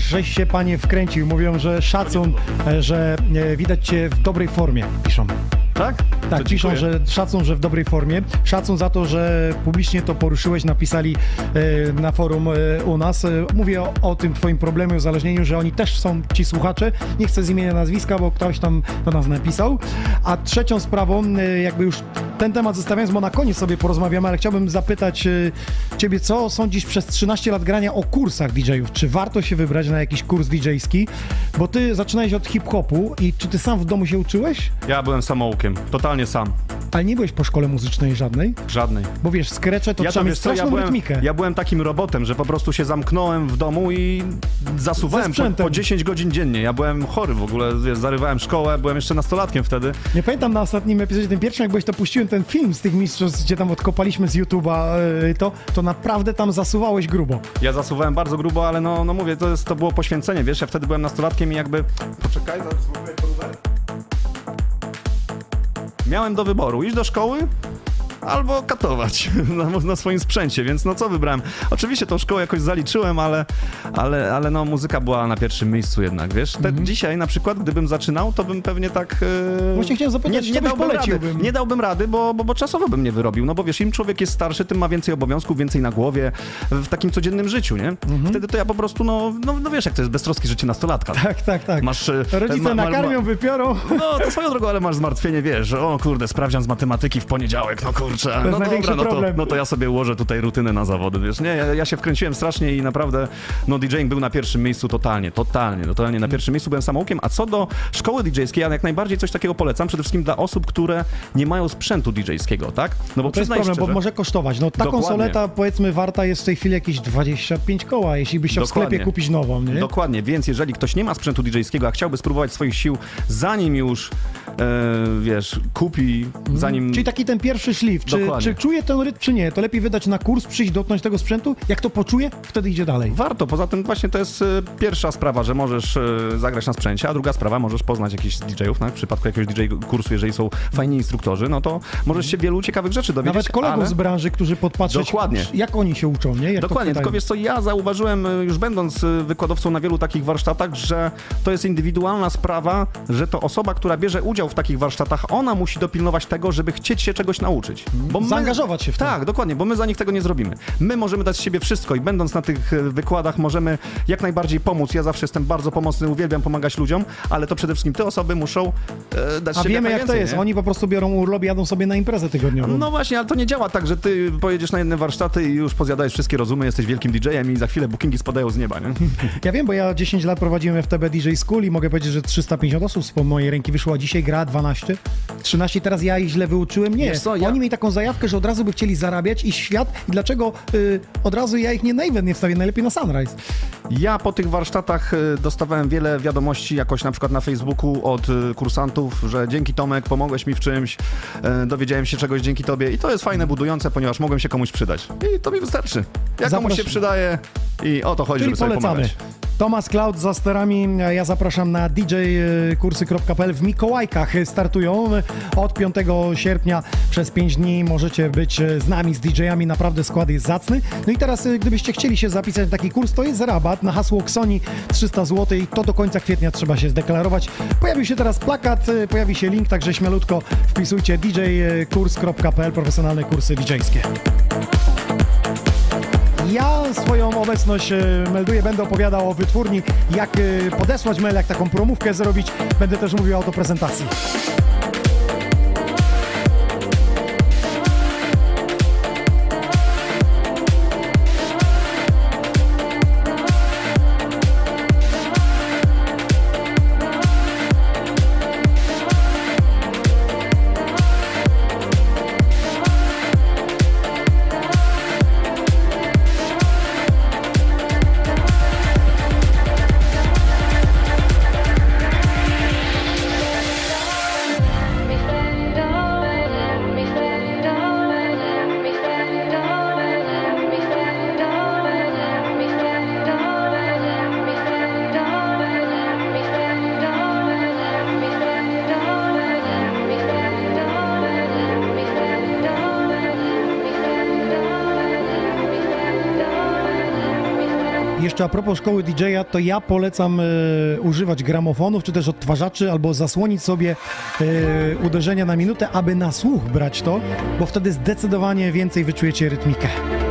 żeś się, panie, wkręcił. Mówią, że szacun, e, że e, widać cię w dobrej formie, piszą. Tak? Tak, To piszą, dziękuję. że szacun, że w dobrej formie. Szacun za to, że publicznie to poruszyłeś, napisali e, na forum e, u nas. E, mówię o, o tym twoim problemie, uzależnieniu, że oni też są ci słuchacze. Nie chcę z imienia, nazwiska, bo ktoś tam do nas napisał. A trzecią sprawą, e, jakby już ten temat zostawiając, bo na koniec sobie porozmawiamy, ale chciałbym zapytać e, ciebie, co sądzisz przez trzynaście lat grania o kursach D J ów? Czy warto się wybrać na jakiś kurs D J-ski? Bo ty zaczynałeś od hip-hopu i czy ty sam w domu się uczyłeś? Ja byłem samoukiem, totalnie sam. Ale nie byłeś po szkole muzycznej żadnej? Żadnej. Bo wiesz, skrecze to Ja trzeba mieć wiesz co, straszną ja byłem, rytmikę. ja byłem takim robotem, że po prostu się zamknąłem w domu i zasuwałem po, sprzętem. po dziesięć godzin dziennie. Ja byłem chory w ogóle, wiesz, zarywałem szkołę, byłem jeszcze nastolatkiem wtedy. Nie pamiętam na ostatnim epizodzie, tym pierwszym, jak byłeś, to puściłem ten film z tych mistrzostw, gdzie tam odkopaliśmy z YouTube'a yy, to, to naprawdę tam zasuwałeś grubo. Ja zasuwałem bardzo grubo, ale no, no mówię, to, jest, to było poświęcenie, wiesz, ja wtedy byłem nastolatkiem i jakby... Poczekaj, zaraz zgubię porówek. Miałem do wyboru, iść do szkoły albo katować na, na swoim sprzęcie, więc no co wybrałem? Oczywiście tą szkołę jakoś zaliczyłem, ale, ale, ale no muzyka była na pierwszym miejscu jednak, wiesz? Te, Mhm. Dzisiaj na przykład, gdybym zaczynał, to bym pewnie tak... Yy, Właśnie chciałem zapytać, nie, co nie byś dałbym rady, poleciłbym? nie dałbym rady, bo, bo, bo czasowo bym nie wyrobił, no bo wiesz, im człowiek jest starszy, tym ma więcej obowiązków, więcej na głowie w takim codziennym życiu, nie? Mhm. Wtedy to ja po prostu, no, no, no wiesz, jak to jest beztroskie życie nastolatka. Tak, tak, tak. Masz... e, Rodzice ma- ma- nakarmią, wypiorą. No, to swoją drogą, ale masz zmartwienie, wiesz, że o kurde, sprawdzian z matematyki w poniedziałek, no kurczę, jest no największy dobra, no to, problem. no to ja sobie ułożę tutaj rutynę na zawody, wiesz, nie, ja, ja się wkręciłem strasznie i naprawdę, no DJing był na pierwszym miejscu totalnie, totalnie, totalnie na pierwszym miejscu byłem samoukiem, a co do szkoły D J-skiej, ja jak najbardziej coś takiego polecam, przede wszystkim dla osób, które nie mają sprzętu D J-skiego, tak? No bo To jest przyznaj problem, szczerze, bo może kosztować. No ta Dokładnie. konsoleta, powiedzmy, warta jest w tej chwili jakieś dwadzieścia pięć koła, jeśli byś chciał w Dokładnie. sklepie kupić nową, nie? Dokładnie, więc jeżeli ktoś nie ma sprzętu D J-skiego, a chciałby spróbować swoich sił, zanim już, e, wiesz, kupi, zanim... Czyli taki ten pierwszy szlif. Czy, Dokładnie. czy czuje ten rytm, czy nie? To lepiej wydać na kurs, przyjść, dotknąć tego sprzętu. Jak to poczuje, wtedy idzie dalej. Warto, poza tym właśnie to jest e, pierwsza sprawa, że możesz e, zagrać na sprzęcie, a druga sprawa, możesz poznać jakichś D J-ów, tak? W przypadku jakiegoś D J kursu, jeżeli są fajni instruktorzy, no to możesz się wielu ciekawych rzeczy dowiedzieć, Nawet kolegów ale... z branży, którzy podpatrzeć, Dokładnie. jak oni się uczą, nie? Jak to Dokładnie, chwytają. tylko wiesz co, ja zauważyłem, y, już będąc y, wykładowcą na wielu takich warsztatach, że to jest indywidualna sprawa, że to osoba, która bierze udział w takich warsztatach, ona musi dopilnować tego, żeby chcieć się czegoś nauczyć. Bo my- Zaangażować się w to. Tak, dokładnie, bo my za nich tego nie zrobimy. My możemy dać z siebie wszystko i będąc na tych y, wykładach możemy jak najbardziej pomóc. Ja zawsze jestem bardzo pomocny, uwielbiam pomagać ludziom, ale to przede wszystkim te osoby muszą y, dać z A siebie wiemy, jak jak to najwięcej, jest. nie? Oni po prostu biorą urlop i jadą sobie na imprezę tygodniową. No właśnie, ale to nie działa tak, że ty pojedziesz na jedne warsztaty i już pozjadałeś wszystkie rozumy, jesteś wielkim D J-em i za chwilę bookingi spadają z nieba, nie? Ja wiem, bo ja dziesięć lat prowadziłem F T B D J School i mogę powiedzieć, że trzysta pięćdziesiąt osób z mojej ręki wyszło, a dzisiaj gra dwanaście, trzynaście. Teraz ja ich źle wyuczyłem. Nie, Wiesz co, ja- oni mieli taką zajawkę, że od razu by chcieli zarabiać i świat. I dlaczego y, od razu ja ich nie na event nie wstawię, najlepiej na Sunrise. Ja po tych warsztatach y, dostawałem wiele wiadomości jakoś na przykład na Facebooku od y, kursantów, że dzięki Tomek pomogłeś mi w czymś, y, dowiedziałem się czegoś dzięki tobie i to jest fajne, budujące, ponieważ mogłem się komuś przydać. I to mi wystarczy. Jak komuś się Zapraszam. przydaje i o to chodzi, Czyli żeby sobie polecamy. pomagać. Tomasz Cloud za sterami, ja zapraszam na d j kursy kropka p l. W Mikołajkach startują od piątego sierpnia przez pięć dni. Możecie być z nami, z D J-ami, naprawdę skład jest zacny. No i teraz, gdybyście chcieli się zapisać na taki kurs, to jest rabat na hasło Xoni trzysta złotych i to do końca kwietnia trzeba się zdeklarować. Pojawił się teraz plakat, pojawi się link, także śmielutko wpisujcie d j kurs kropka p l, profesjonalne kursy D J-skie. Ja swoją obecność e, melduję, będę opowiadał o wytwórni, jak e, podesłać mail, jak taką promówkę zrobić. Będę też mówił o autoprezentacji. jeszcze a propos szkoły D J a, to ja polecam e, używać gramofonów, czy też odtwarzaczy, albo zasłonić sobie e, uderzenia na minutę, aby na słuch brać to, bo wtedy zdecydowanie więcej wyczujecie rytmikę.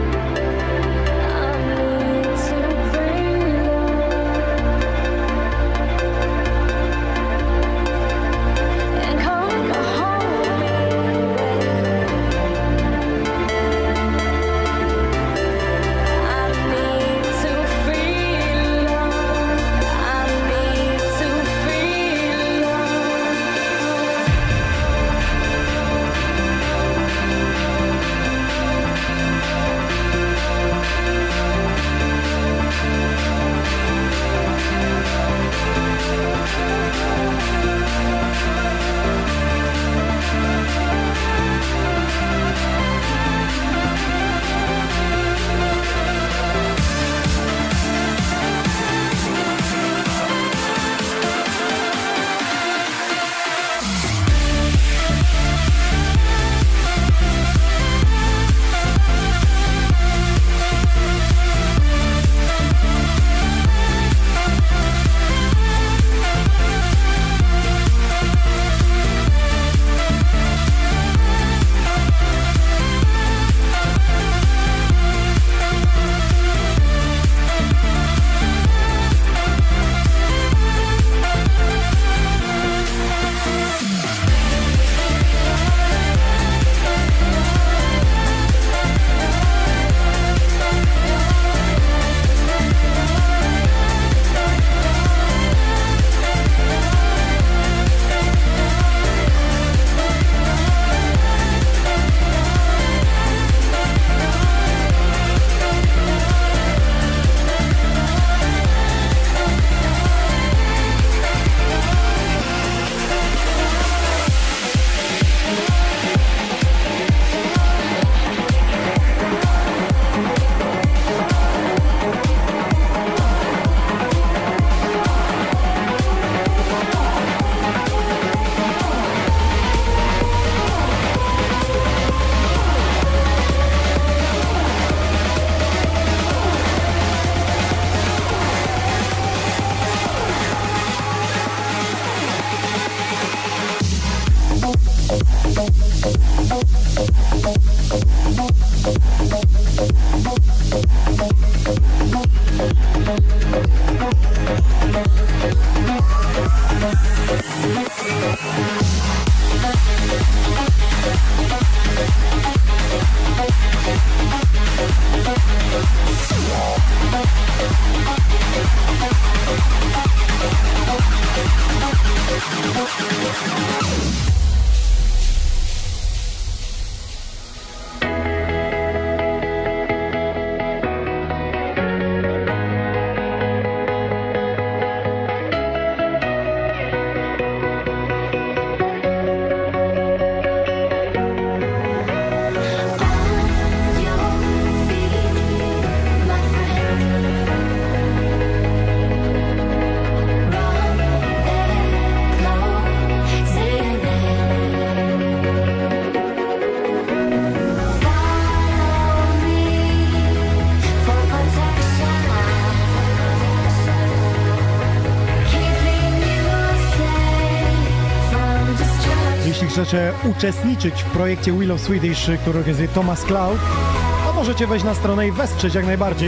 Jeśli chcecie uczestniczyć w projekcie Wheel of Swedish, który organizuje Thomas Cloud, to możecie wejść na stronę i wesprzeć jak najbardziej.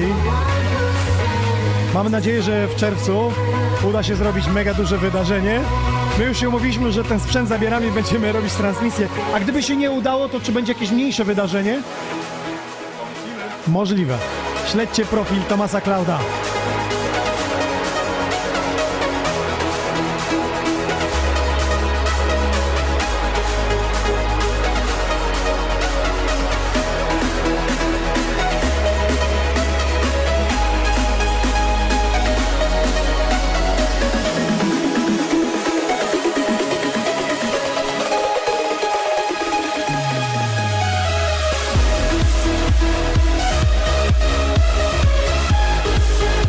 Mamy nadzieję, że w czerwcu uda się zrobić mega duże wydarzenie. My już się umówiliśmy, że ten sprzęt zabieramy i będziemy robić transmisję. A gdyby się nie udało, to czy będzie jakieś mniejsze wydarzenie? Możliwe. Śledźcie profil Thomasa Clouda. Thank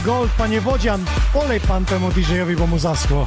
Gold, panie Wodzian, polej pan temu D J-owi, bo mu zaschło.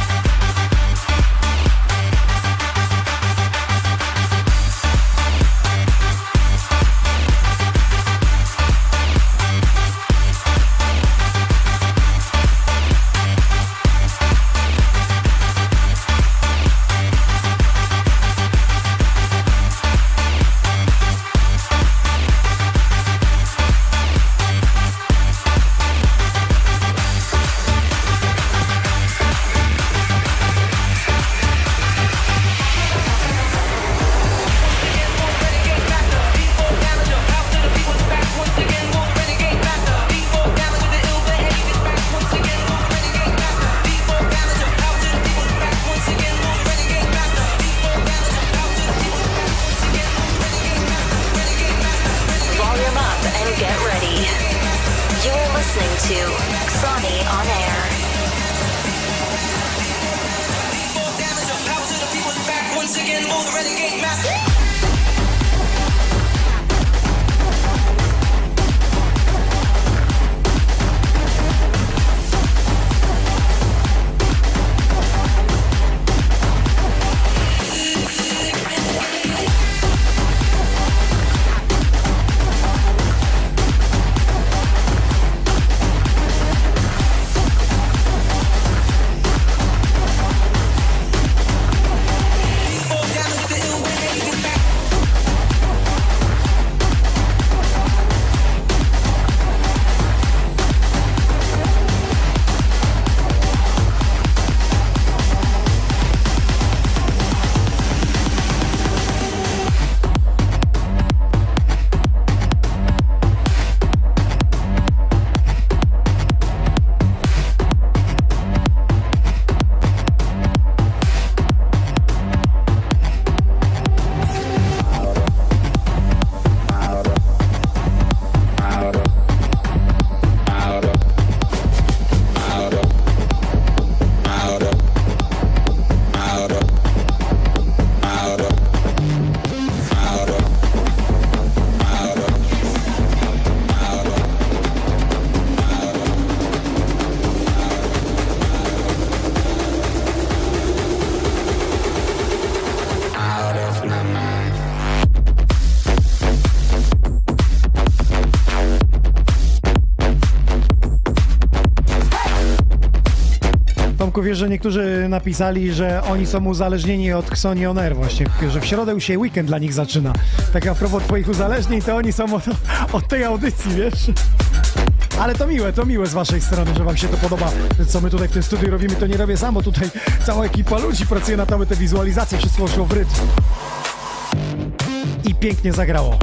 Wiesz, że niektórzy napisali, że oni są uzależnieni od Xoni On Air właśnie, że w środę już się weekend dla nich zaczyna. Tak a propos twoich uzależnień, to oni są od, od tej audycji, wiesz? Ale to miłe, to miłe z waszej strony, że wam się to podoba, co my tutaj w tym studiu robimy. To nie robię sam, bo tutaj cała ekipa ludzi pracuje nad te wizualizacje, wszystko szło w rytm. I pięknie zagrało.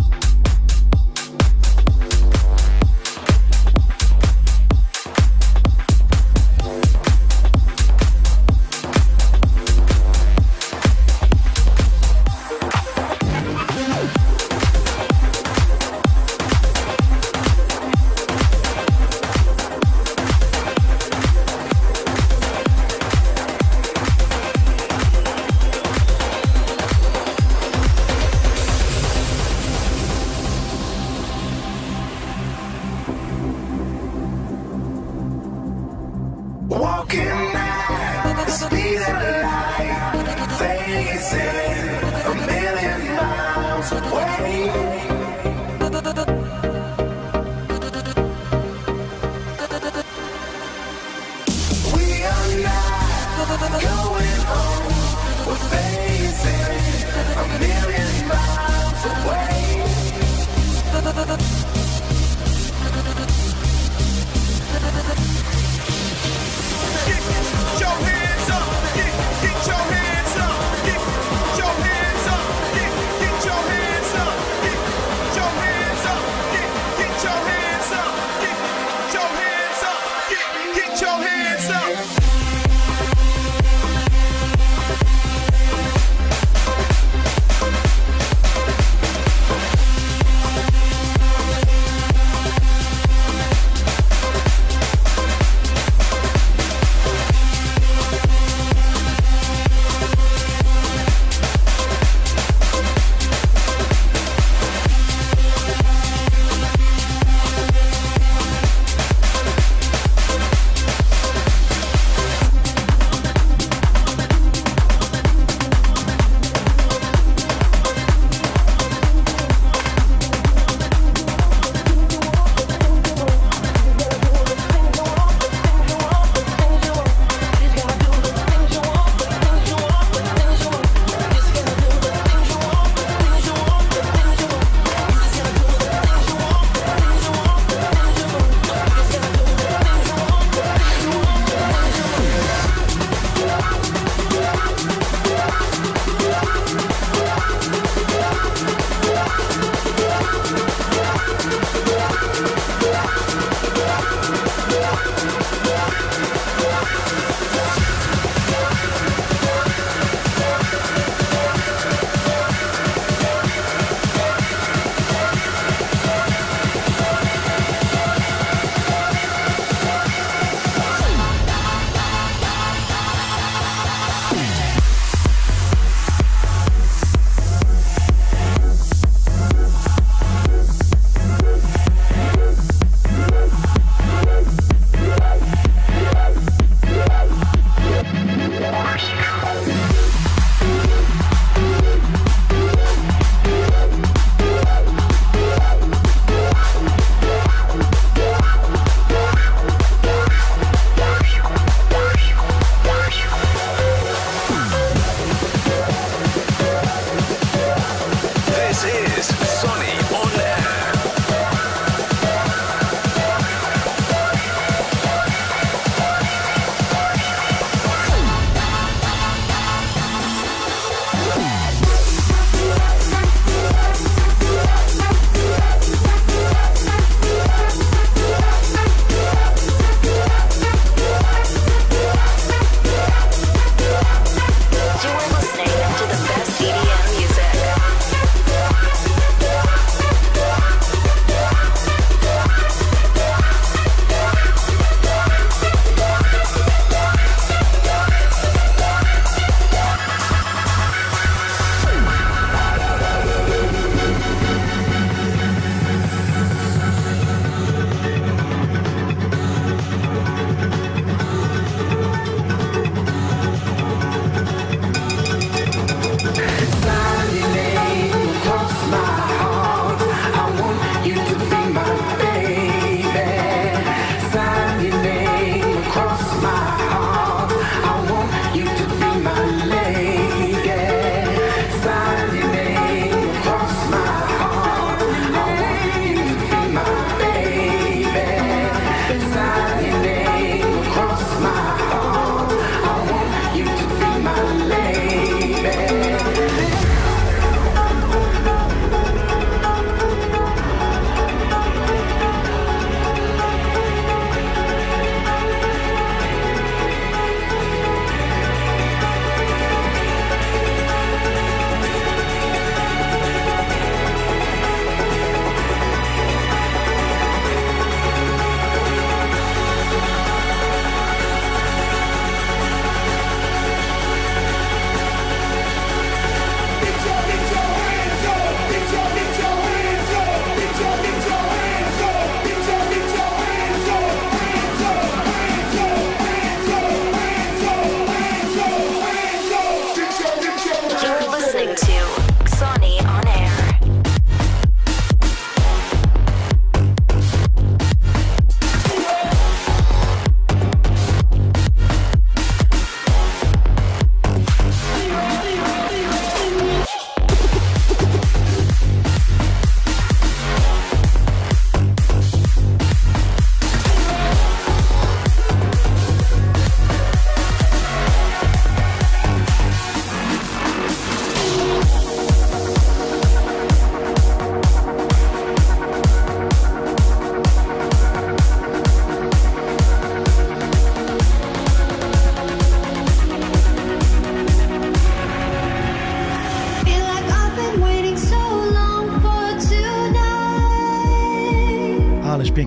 Get your hands up.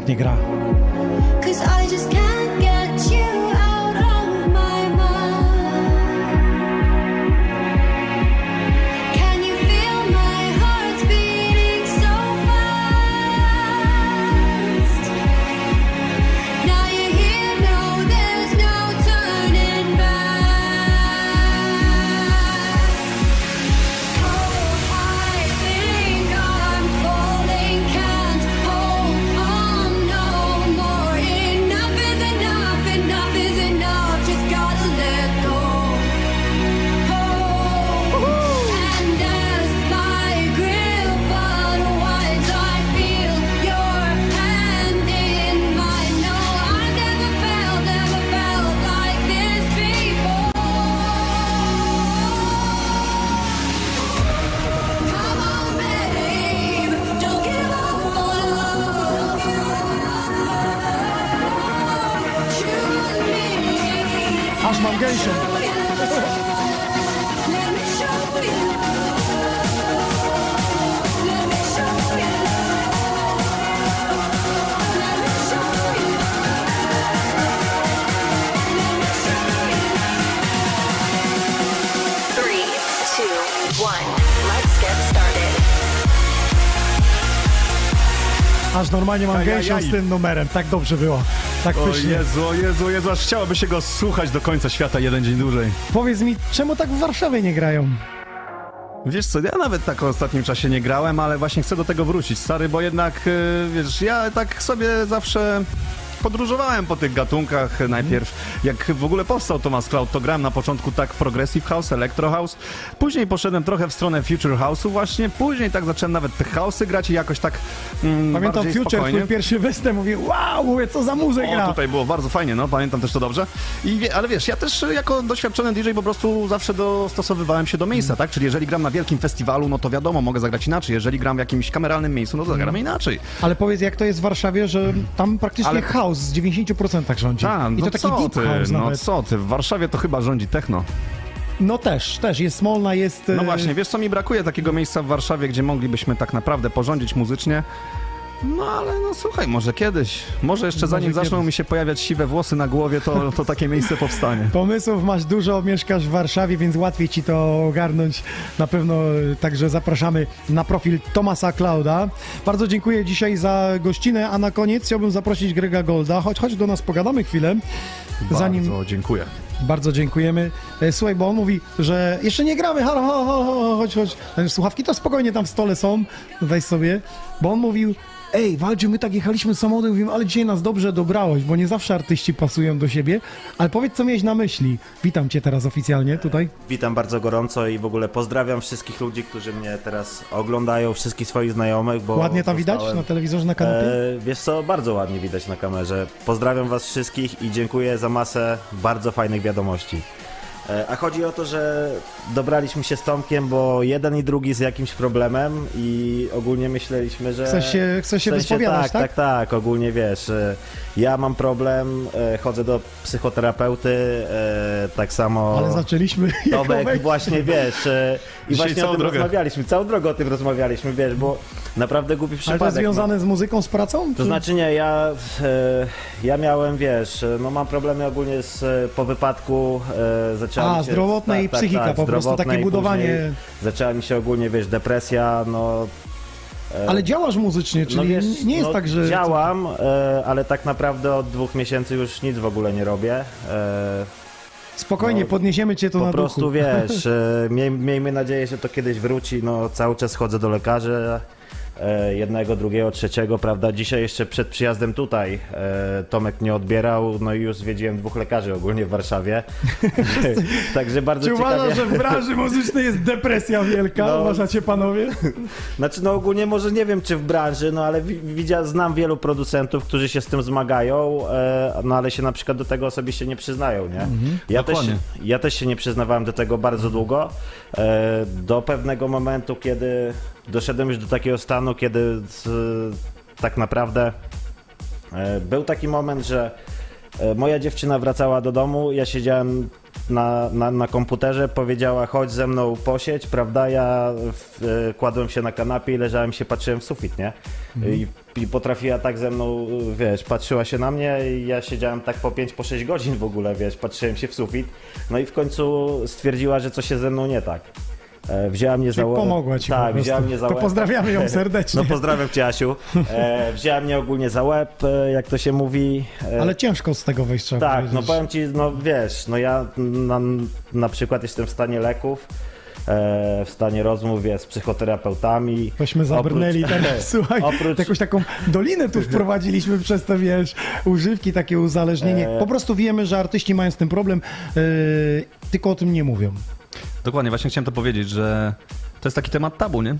pięknie gra. Cause I just can't get you out of my mind. Can you feel my heart beating so fast? Now you're here, no, there's no turning back. Oh, I think I'm falling, can't hold on no more. Enough is enough, enough is enough, just gotta let go. Oh, and as my grip unwinds, I feel your hand in mine. No, I've never felt, never felt like this before. Come on, babe, don't give up on love. Choose me. Aż mam gęsią. Let me show you. Let me show you. Let me show you. Three, two, one. Let's get started. Aż normalnie mam Ajajaj. gęsią z tym numerem. Tak dobrze było. Tak O pysznie. Jezu, o Jezu, o Jezu, aż chciałoby się go słuchać do końca świata jeden dzień dłużej. Powiedz mi, czemu tak w Warszawie nie grają? Wiesz co, ja nawet tak w ostatnim czasie nie grałem, ale właśnie chcę do tego wrócić, stary, bo jednak, y, wiesz, ja tak sobie zawsze podróżowałem po tych gatunkach. Najpierw, jak w ogóle powstał Thomas Cloud, to grałem na początku tak Progressive House, Electro House, później poszedłem trochę w stronę Future House'u właśnie, później tak zacząłem nawet te house'y grać i jakoś tak mm, Pamiętam bardziej Future, spokojnie. twój pierwszy występ, mówię, wow, mówię, co za muzyka. O, tutaj było bardzo fajnie, no, pamiętam też to dobrze. I, wie- ale wiesz, ja też y, jako doświadczony D J po prostu zawsze dostosowywałem się do miejsca, tak? Czyli jeżeli gram na wielkim festiwalu, no to wiadomo, mogę zagrać inaczej. Jeżeli gram w jakimś kameralnym miejscu, no to zagram inaczej. Ale powiedz, jak to jest w Warszawie, że tam praktycznie Ale- house z dziewięćdziesiąt procent rządzi. A, I no to taki co deep ty, house no nawet. co ty, w Warszawie to chyba rządzi techno. No też, też, jest Smolna, jest... No e, właśnie, wiesz co mi brakuje takiego miejsca w Warszawie, gdzie moglibyśmy tak naprawdę porządzić muzycznie. No ale no słuchaj, może kiedyś, może jeszcze Może zanim kiedyś. zaczną mi się pojawiać siwe włosy na głowie, to, to takie miejsce powstanie. Pomysłów masz dużo, mieszkasz w Warszawie, więc łatwiej ci to ogarnąć. Na pewno, e, także zapraszamy na profil Thomasa Clouda. Bardzo dziękuję dzisiaj za gościnę, a na koniec chciałbym zaprosić Grega Golda. Chodź, chodź do nas, pogadamy chwilę. Zanim Bardzo dziękuję. Bardzo dziękujemy. E, Słuchaj, bo on mówi, że jeszcze nie gramy, halo, halo, halo, halo, chodź, chodź. E, Słuchawki to spokojnie tam w stole są, weź sobie. Bo on mówił, ej, Waldziu, my tak jechaliśmy samochodem, mówimy, ale dzisiaj nas dobrze dobrałeś, bo nie zawsze artyści pasują do siebie. Ale powiedz, co miałeś na myśli. Witam cię teraz oficjalnie tutaj. Witam bardzo gorąco i w ogóle pozdrawiam wszystkich ludzi, którzy mnie teraz oglądają, wszystkich swoich znajomych, bo Ładnie tam widać dostałem- na telewizorze, na kanapie? E, wiesz co, bardzo ładnie widać na kamerze. Pozdrawiam was wszystkich i dziękuję za masę bardzo fajnych wiadomości. E, a chodzi o to, że dobraliśmy się z Tomkiem, bo jeden i drugi z jakimś problemem i ogólnie myśleliśmy, że... Chcesz się, chcesz się w sensie wyspowiadać, tak, tak? tak, tak, ogólnie wiesz, e, ja mam problem, e, chodzę do psychoterapeuty, e, tak samo... Ale zaczęliśmy jako Tomek, wejść. właśnie wiesz, e, i Dzisiaj właśnie o całą tym drogę. rozmawialiśmy, całą drogę o tym rozmawialiśmy, wiesz, bo naprawdę głupi Ale przypadek. to jest związane no. z muzyką, z pracą? To czy- znaczy nie, ja, e, ja miałem, wiesz, e, no mam problemy ogólnie z, e, po wypadku, e, zaczęła A, mi się... zdrowotne i psychika, po prostu zdrowotne takie i budowanie- później Zaczęła mi się ogólnie, wiesz, depresja, no... e, Ale działasz muzycznie, czyli no wiesz, nie jest no, tak, że... Działam, e, ale tak naprawdę od dwóch miesięcy już nic w ogóle nie robię. E, Spokojnie, no, podniesiemy cię to po na prostu duchu. wiesz, e, miej, miejmy nadzieję, że to kiedyś wróci, no cały czas chodzę do lekarzy, e, jednego, drugiego, trzeciego, prawda, dzisiaj jeszcze przed przyjazdem tutaj e, Tomek mnie odbierał, no i już zwiedziłem dwóch lekarzy ogólnie w Warszawie, także bardzo Czy uważasz, ciekawie, że w branży muzycznej jest depresja wielka? No. Uważacie, panowie? znaczy no ogólnie może nie wiem czy w branży, no ale wi- widzia, znam wielu producentów, którzy się z tym zmagają, e, no ale się na przykład do tego osobiście nie przyznają, nie? Ja, też, dokładnie. ja też się nie przyznawałem do tego bardzo długo, e, do pewnego momentu, kiedy doszedłem już do takiego stanu, kiedy z, tak naprawdę e, był taki moment, że e, moja dziewczyna wracała do domu, ja siedziałem na, na, na komputerze, powiedziała chodź ze mną posiedź, prawda, ja w, kładłem się na kanapie i leżałem się, patrzyłem w sufit, nie? I, I potrafiła tak ze mną, wiesz, patrzyła się na mnie i ja siedziałem tak po pięć, po sześć godzin w ogóle, wiesz, patrzyłem się w sufit, no i w końcu stwierdziła, że coś się ze mną nie tak. E, Wzięła mnie za Czyli łeb. pomogła ci po Tak, prostu. wzięła mnie za To łeb. pozdrawiamy ją serdecznie. No pozdrawiam cię, Asiu. E, wzięła mnie ogólnie za łeb, e, jak to się mówi. E, Ale ciężko z tego wyjść, trzeba tak, powiedzieć. no powiem ci, no wiesz, no ja na, na przykład jestem w stanie leków, e, w stanie rozmów jest z psychoterapeutami. Tośmy zabrnęli Oprócz- teraz, słuchaj, oprócz- jakąś taką dolinę tu wprowadziliśmy przez te, wiesz, używki, takie uzależnienie. E. Po prostu wiemy, że artyści mają z tym problem, yy, tylko o tym nie mówią. Dokładnie, właśnie chciałem to powiedzieć, że to jest taki temat tabu, nie?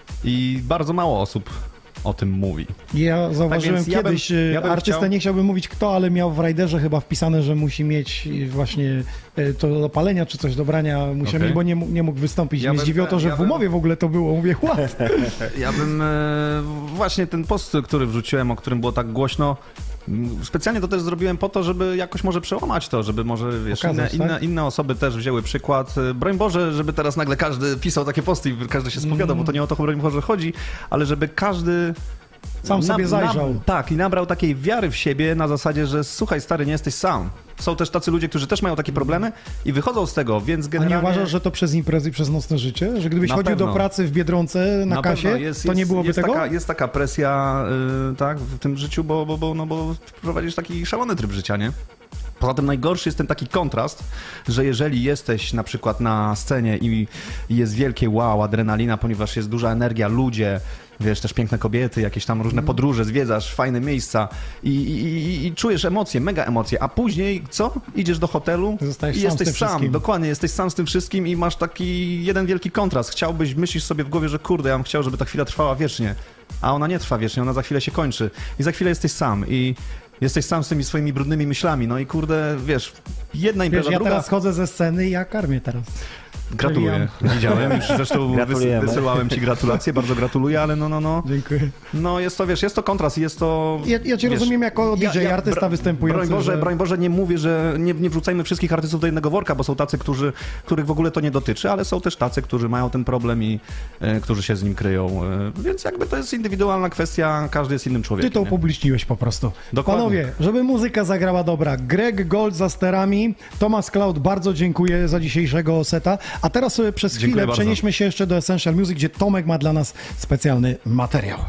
I bardzo mało osób o tym mówi. Ja zauważyłem więc ja bym- kiedyś, yy, ja bym artysta, chciał- nie chciałbym mówić kto, ale miał w rajderze chyba wpisane, że musi mieć yy, właśnie yy, to do palenia czy coś do brania, musi Okej. mieć, bo nie, mógł- nie mógł wystąpić. Ja Mnie bym- zdziwiło to, że ja w bym- umowie w ogóle to było. Mówię, what? Ja bym e, właśnie ten post, który wrzuciłem, o którym było tak głośno, m, specjalnie to też zrobiłem po to, żeby jakoś może przełamać to, żeby może wiesz, Pokazać, inne, tak? inne, inne osoby też wzięły przykład. E, Broń Boże, żeby teraz nagle każdy pisał takie posty i każdy się spowiadał, bo to nie o to broń Boże chodzi, ale żeby każdy Sam sobie zajrzał. tak, i nabrał takiej wiary w siebie na zasadzie, że słuchaj stary, nie jesteś sam. Są też tacy ludzie, którzy też mają takie problemy i wychodzą z tego, więc A generalnie... nie uważasz, że to przez imprezy i przez nocne życie? Że gdybyś Na chodził do pewno. pracy w Biedronce na, Na kasie, pewno jest, to nie jest- byłoby jest tego? Taka, jest taka presja y, tak, w tym życiu, bo, bo, bo, no, bo prowadzisz taki szalony tryb życia, nie? Poza tym najgorszy jest ten taki kontrast, że jeżeli jesteś na przykład na scenie i i jest wielkie wow, adrenalina, ponieważ jest duża energia, ludzie, wiesz, też piękne kobiety, jakieś tam różne podróże, zwiedzasz fajne miejsca i, i, i, i czujesz emocje, mega emocje, a później co? Idziesz do hotelu Zostajesz i sam z jesteś tym sam, wszystkim. dokładnie, jesteś sam z tym wszystkim i masz taki jeden wielki kontrast. Chciałbyś, myślisz sobie w głowie, że kurde, ja bym chciał, żeby ta chwila trwała wiecznie, a ona nie trwa wiecznie, ona za chwilę się kończy i za chwilę jesteś sam i jesteś sam z tymi swoimi brudnymi myślami, no i kurde, wiesz, jedna impreza, Wiesz, ja druga... teraz schodzę ze sceny i ja karmię teraz. Gratuluję, widziałem, już zresztą wys- Gratulujemy. wysyłałem ci gratulacje, bardzo gratuluję, ale no, no, no, Dziękuję. no jest to, wiesz, jest to kontrast, jest to... Ja, ja cię wiesz, rozumiem jako D J, ja- ja- artysta bro- występujący. Broń Boże, że... broń Boże, nie mówię, że nie, nie wrzucajmy wszystkich artystów do jednego worka, bo są tacy, którzy, których w ogóle to nie dotyczy, ale są też tacy, którzy mają ten problem i e, którzy się z nim kryją, e, więc jakby to jest indywidualna kwestia, każdy jest innym Ty człowiekiem. to nie? upubliczniłeś po prostu. Dokładnie. Panowie, żeby muzyka zagrała dobra. Greg Gold za sterami, Thomas Cloud, bardzo dziękuję za dzisiejszego seta. A teraz sobie przez Dziękuję chwilę bardzo. przenieśmy się jeszcze do Essential Music, gdzie Tomek ma dla nas specjalny materiał.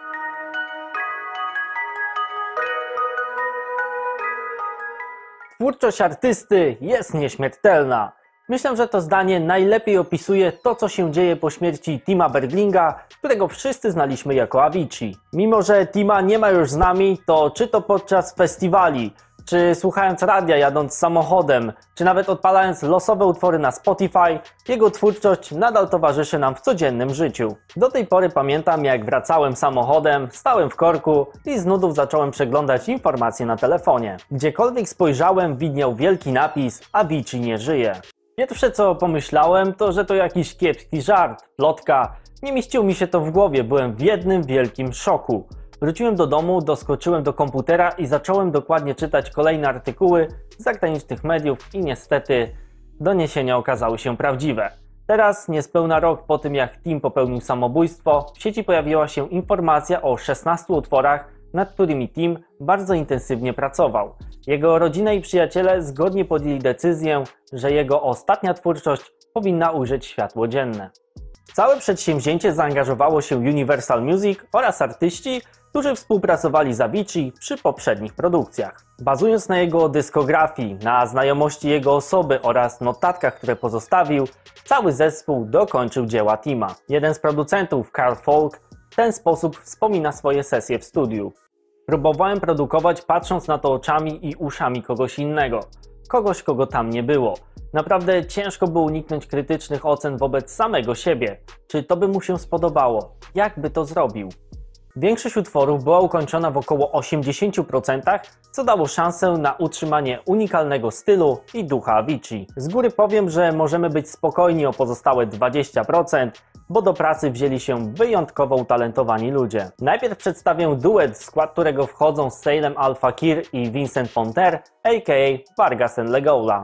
Twórczość artysty jest nieśmiertelna. Myślę, że to zdanie najlepiej opisuje to, co się dzieje po śmierci Tima Berglinga, którego wszyscy znaliśmy jako Avicii. Mimo że Tima nie ma już z nami, to czy to podczas festiwali, czy słuchając radia jadąc samochodem, czy nawet odpalając losowe utwory na Spotify, jego twórczość nadal towarzyszy nam w codziennym życiu. Do tej pory pamiętam, jak wracałem samochodem, stałem w korku i z nudów zacząłem przeglądać informacje na telefonie. Gdziekolwiek spojrzałem, widniał wielki napis Avicii nie żyje. Pierwsze co pomyślałem, to że to jakiś kiepski żart, plotka. Nie mieściło mi się to w głowie, byłem w jednym wielkim szoku. Wróciłem do domu, doskoczyłem do komputera i zacząłem dokładnie czytać kolejne artykuły z zagranicznych mediów i niestety doniesienia okazały się prawdziwe. Teraz, niespełna rok po tym jak Tim popełnił samobójstwo, w sieci pojawiła się informacja o szesnastu utworach, nad którymi Tim bardzo intensywnie pracował. Jego rodzina i przyjaciele zgodnie podjęli decyzję, że jego ostatnia twórczość powinna ujrzeć światło dzienne. W całe przedsięwzięcie zaangażowało się Universal Music oraz artyści, którzy współpracowali z Avicii przy poprzednich produkcjach. Bazując na jego dyskografii, na znajomości jego osoby oraz notatkach, które pozostawił, cały zespół dokończył dzieła Tima. Jeden z producentów, Carl Falk, w ten sposób wspomina swoje sesje w studiu. Próbowałem produkować patrząc na to oczami i uszami kogoś innego. Kogoś, kogo tam nie było. Naprawdę ciężko było uniknąć krytycznych ocen wobec samego siebie. Czy to by mu się spodobało? Jak by to zrobił? Większość utworów była ukończona w około osiemdziesięciu procentach, co dało szansę na utrzymanie unikalnego stylu i ducha Avicii. Z góry powiem, że możemy być spokojni o pozostałe dwadzieścia procent, bo do pracy wzięli się wyjątkowo utalentowani ludzie. Najpierw przedstawię duet, w skład którego wchodzą Salem Al Fakir i Vincent Ponter, a k a. Vargas and Legola.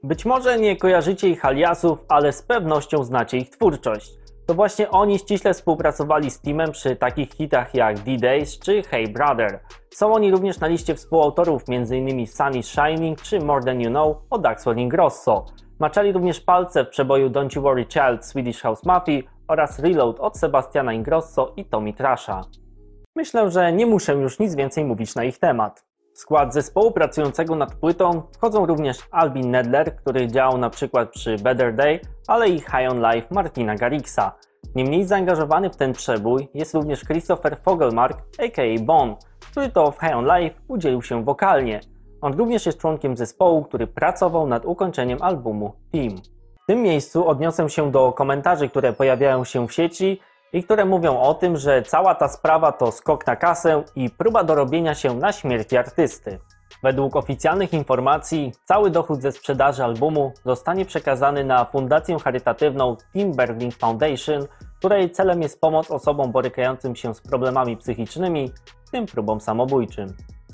Być może nie kojarzycie ich aliasów, ale z pewnością znacie ich twórczość. To właśnie oni ściśle współpracowali z Teamem przy takich hitach jak D-Days czy Hey Brother. Są oni również na liście współautorów m.in. Sun is Shining czy More Than You Know od Axwell Ingrosso. Maczali również palce w przeboju Don't You Worry Child Swedish House Mafia oraz Reload od Sebastiana Ingrosso i Tommy Trasha. Myślę, że nie muszę już nic więcej mówić na ich temat. W skład zespołu pracującego nad płytą wchodzą również Albin Nedler, który działał na przykład przy Better Day, ale i High on Life Martina Garrixa. Niemniej zaangażowany w ten przebój jest również Christopher Fogelmark, aka Bon, który to w High on Life udzielił się wokalnie. On również jest członkiem zespołu, który pracował nad ukończeniem albumu Team. W tym miejscu odniosę się do komentarzy, które pojawiają się w sieci i które mówią o tym, że cała ta sprawa to skok na kasę i próba dorobienia się na śmierci artysty. Według oficjalnych informacji cały dochód ze sprzedaży albumu zostanie przekazany na fundację charytatywną Tim Bergling Foundation, której celem jest pomoc osobom borykającym się z problemami psychicznymi, w tym próbom samobójczym.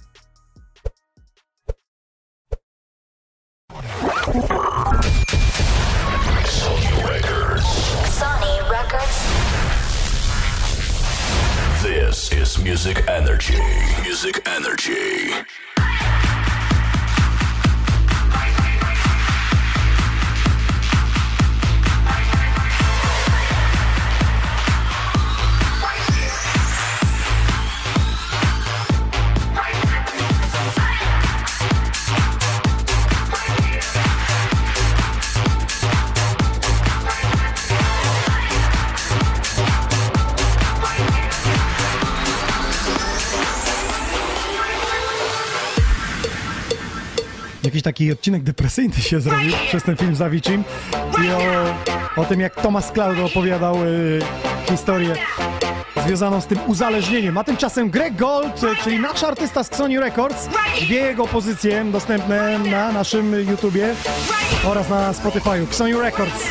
Sony Records. This is Music Energy. Music Energy. Jakiś taki odcinek depresyjny się zrobił przez ten film z Avicii i o, o tym, jak Thomas Cloud opowiadał y, historię związaną z tym uzależnieniem. A tymczasem Greg Gold, czyli nasz artysta z Sony Records, dwie jego pozycje dostępne na naszym YouTubie oraz na Spotify'u. Sony Records.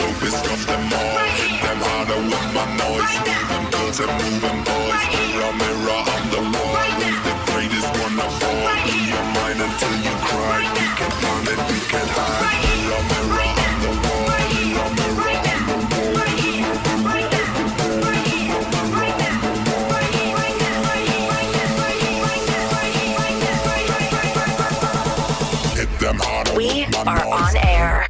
We are on air.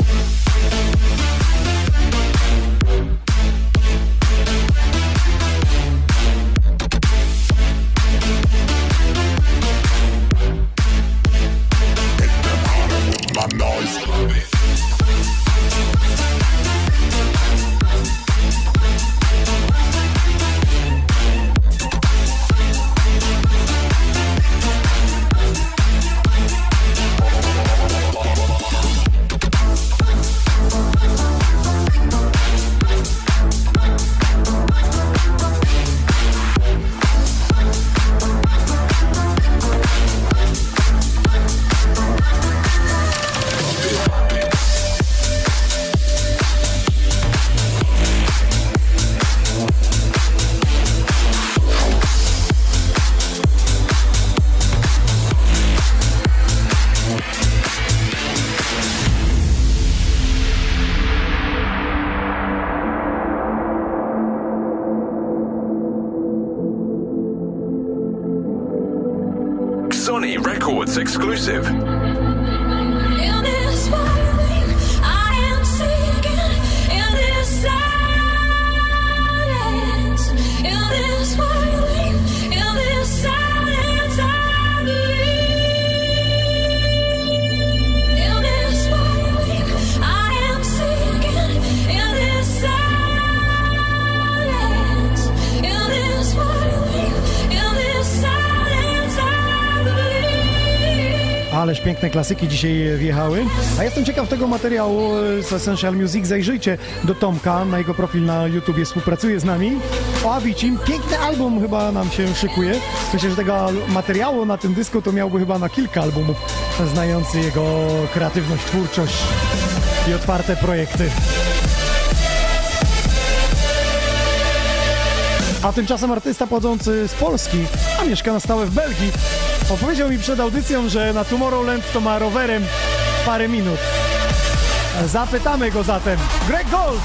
Sony Records exclusive. In this feeling I am sinking, in this silence, in this feeling, in this silence I believe. In this feeling I am sinking, in this silence, in this feeling, in this silence I believe. Ależ piękne klasyki dzisiaj wjechały. A jestem ciekaw tego materiału z Essential Music. Zajrzyjcie do Tomka, na jego profil na YouTubie, współpracuje z nami. O Avicii. Piękny album chyba nam się szykuje. Myślę, że tego materiału na tym dysku to miałby chyba na kilka albumów, znający jego kreatywność, twórczość i otwarte projekty. A tymczasem artysta pochodzący z Polski, a mieszka na stałe w Belgii, opowiedział mi przed audycją, że na Tomorrowland to ma rowerem parę minut. Zapytamy go zatem. Greg Gold!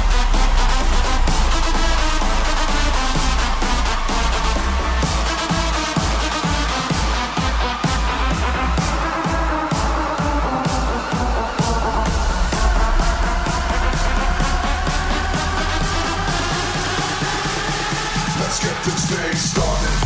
Let's get this thing started.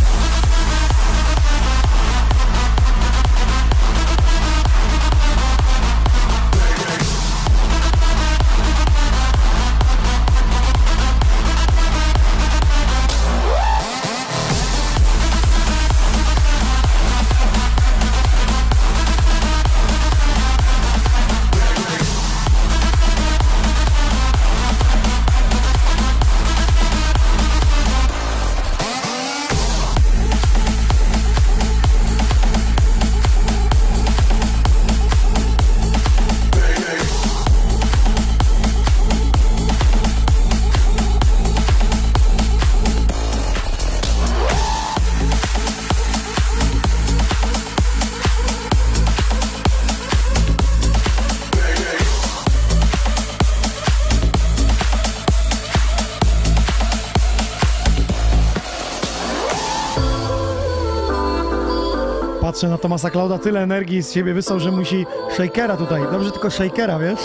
Patrzę na Tomasa Clouda, tyle energii z siebie wysłał, że musi shakera tutaj. Dobrze, tylko shakera, wiesz?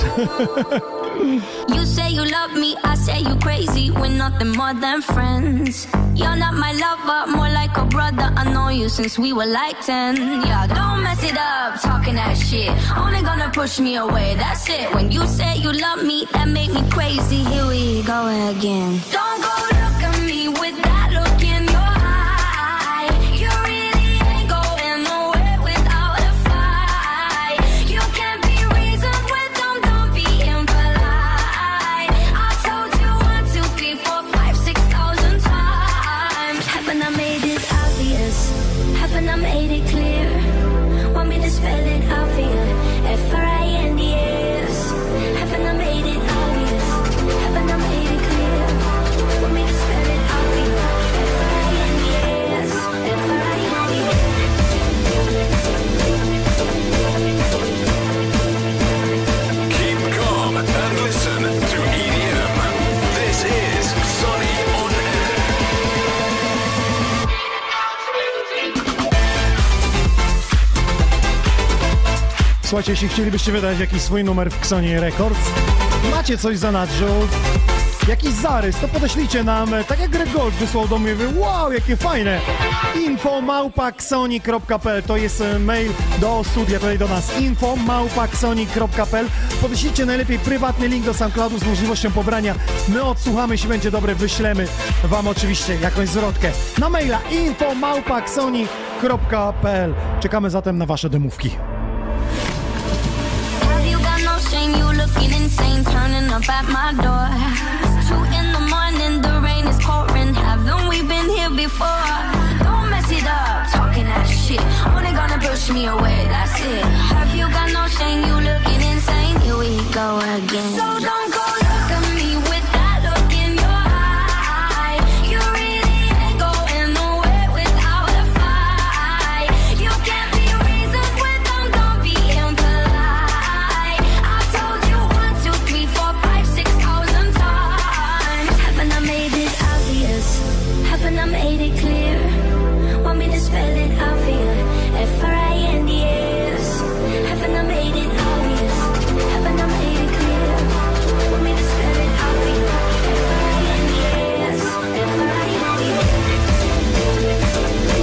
You say you love me, I say you crazy. We're nothing more than friends. You're not my lover, more like a brother. I know you since we were like ten. Yeah, don't mess it up, talking that shit. Only gonna push me away, that's it. When you say you love me, that make me crazy. Here we go again. Don't go look at me with that look in your eye. You really ain't going nowhere without a fight. You can't be reasoned with them, don't be impolite. I told you one, two, three, four, five, six thousand times. Haven't I made it obvious? Haven't I made it clear? Want me to spell it out for you? F R I N D S. Haven't I made it obvious? Haven't I made it clear? Want me to spell it out for you? F R I N D S. F R I N D S. Keep calm and listen to E D M. This is Sonny on Air. Słuchajcie, jeśli chcielibyście wydać jakiś swój numer w Xoni Records, macie coś za nadrzu, jakiś zarys, to podeślijcie nam, tak jak Greg Gold wysłał do mnie, mówię, wow, jakie fajne. info małpa xoni kropka p l to jest e, mail do studia, tutaj do nas. info małpa xoni kropka p l. Podeślijcie najlepiej prywatny link do SoundCloudu z możliwością pobrania. My odsłuchamy, jeśli będzie dobre, wyślemy wam oczywiście jakąś zwrotkę na maila info małpa xoni kropka p l. Czekamy zatem na wasze demówki. Have you got no shame? You looking insane, turning up at my door. It's two in the morning, the rain is pouring. Haven't we been here before? Don't mess it up, talking that shit. Only gonna push me away, that's it. Have you got no shame? You looking insane. Here we go again. So don't go look at me with that look in your eye. You really ain't going nowhere without a fight. You can't be reasoned with them, don't be impolite. I told you one, two, three, four, five, six thousand times. Haven't I made it obvious? Haven't I made it clear? Want me to spell it out for you? F R I N D S. Haven't I made it obvious? Haven't I made it clear? Want me to spell it out for you? F R I N D S. F R I N D S.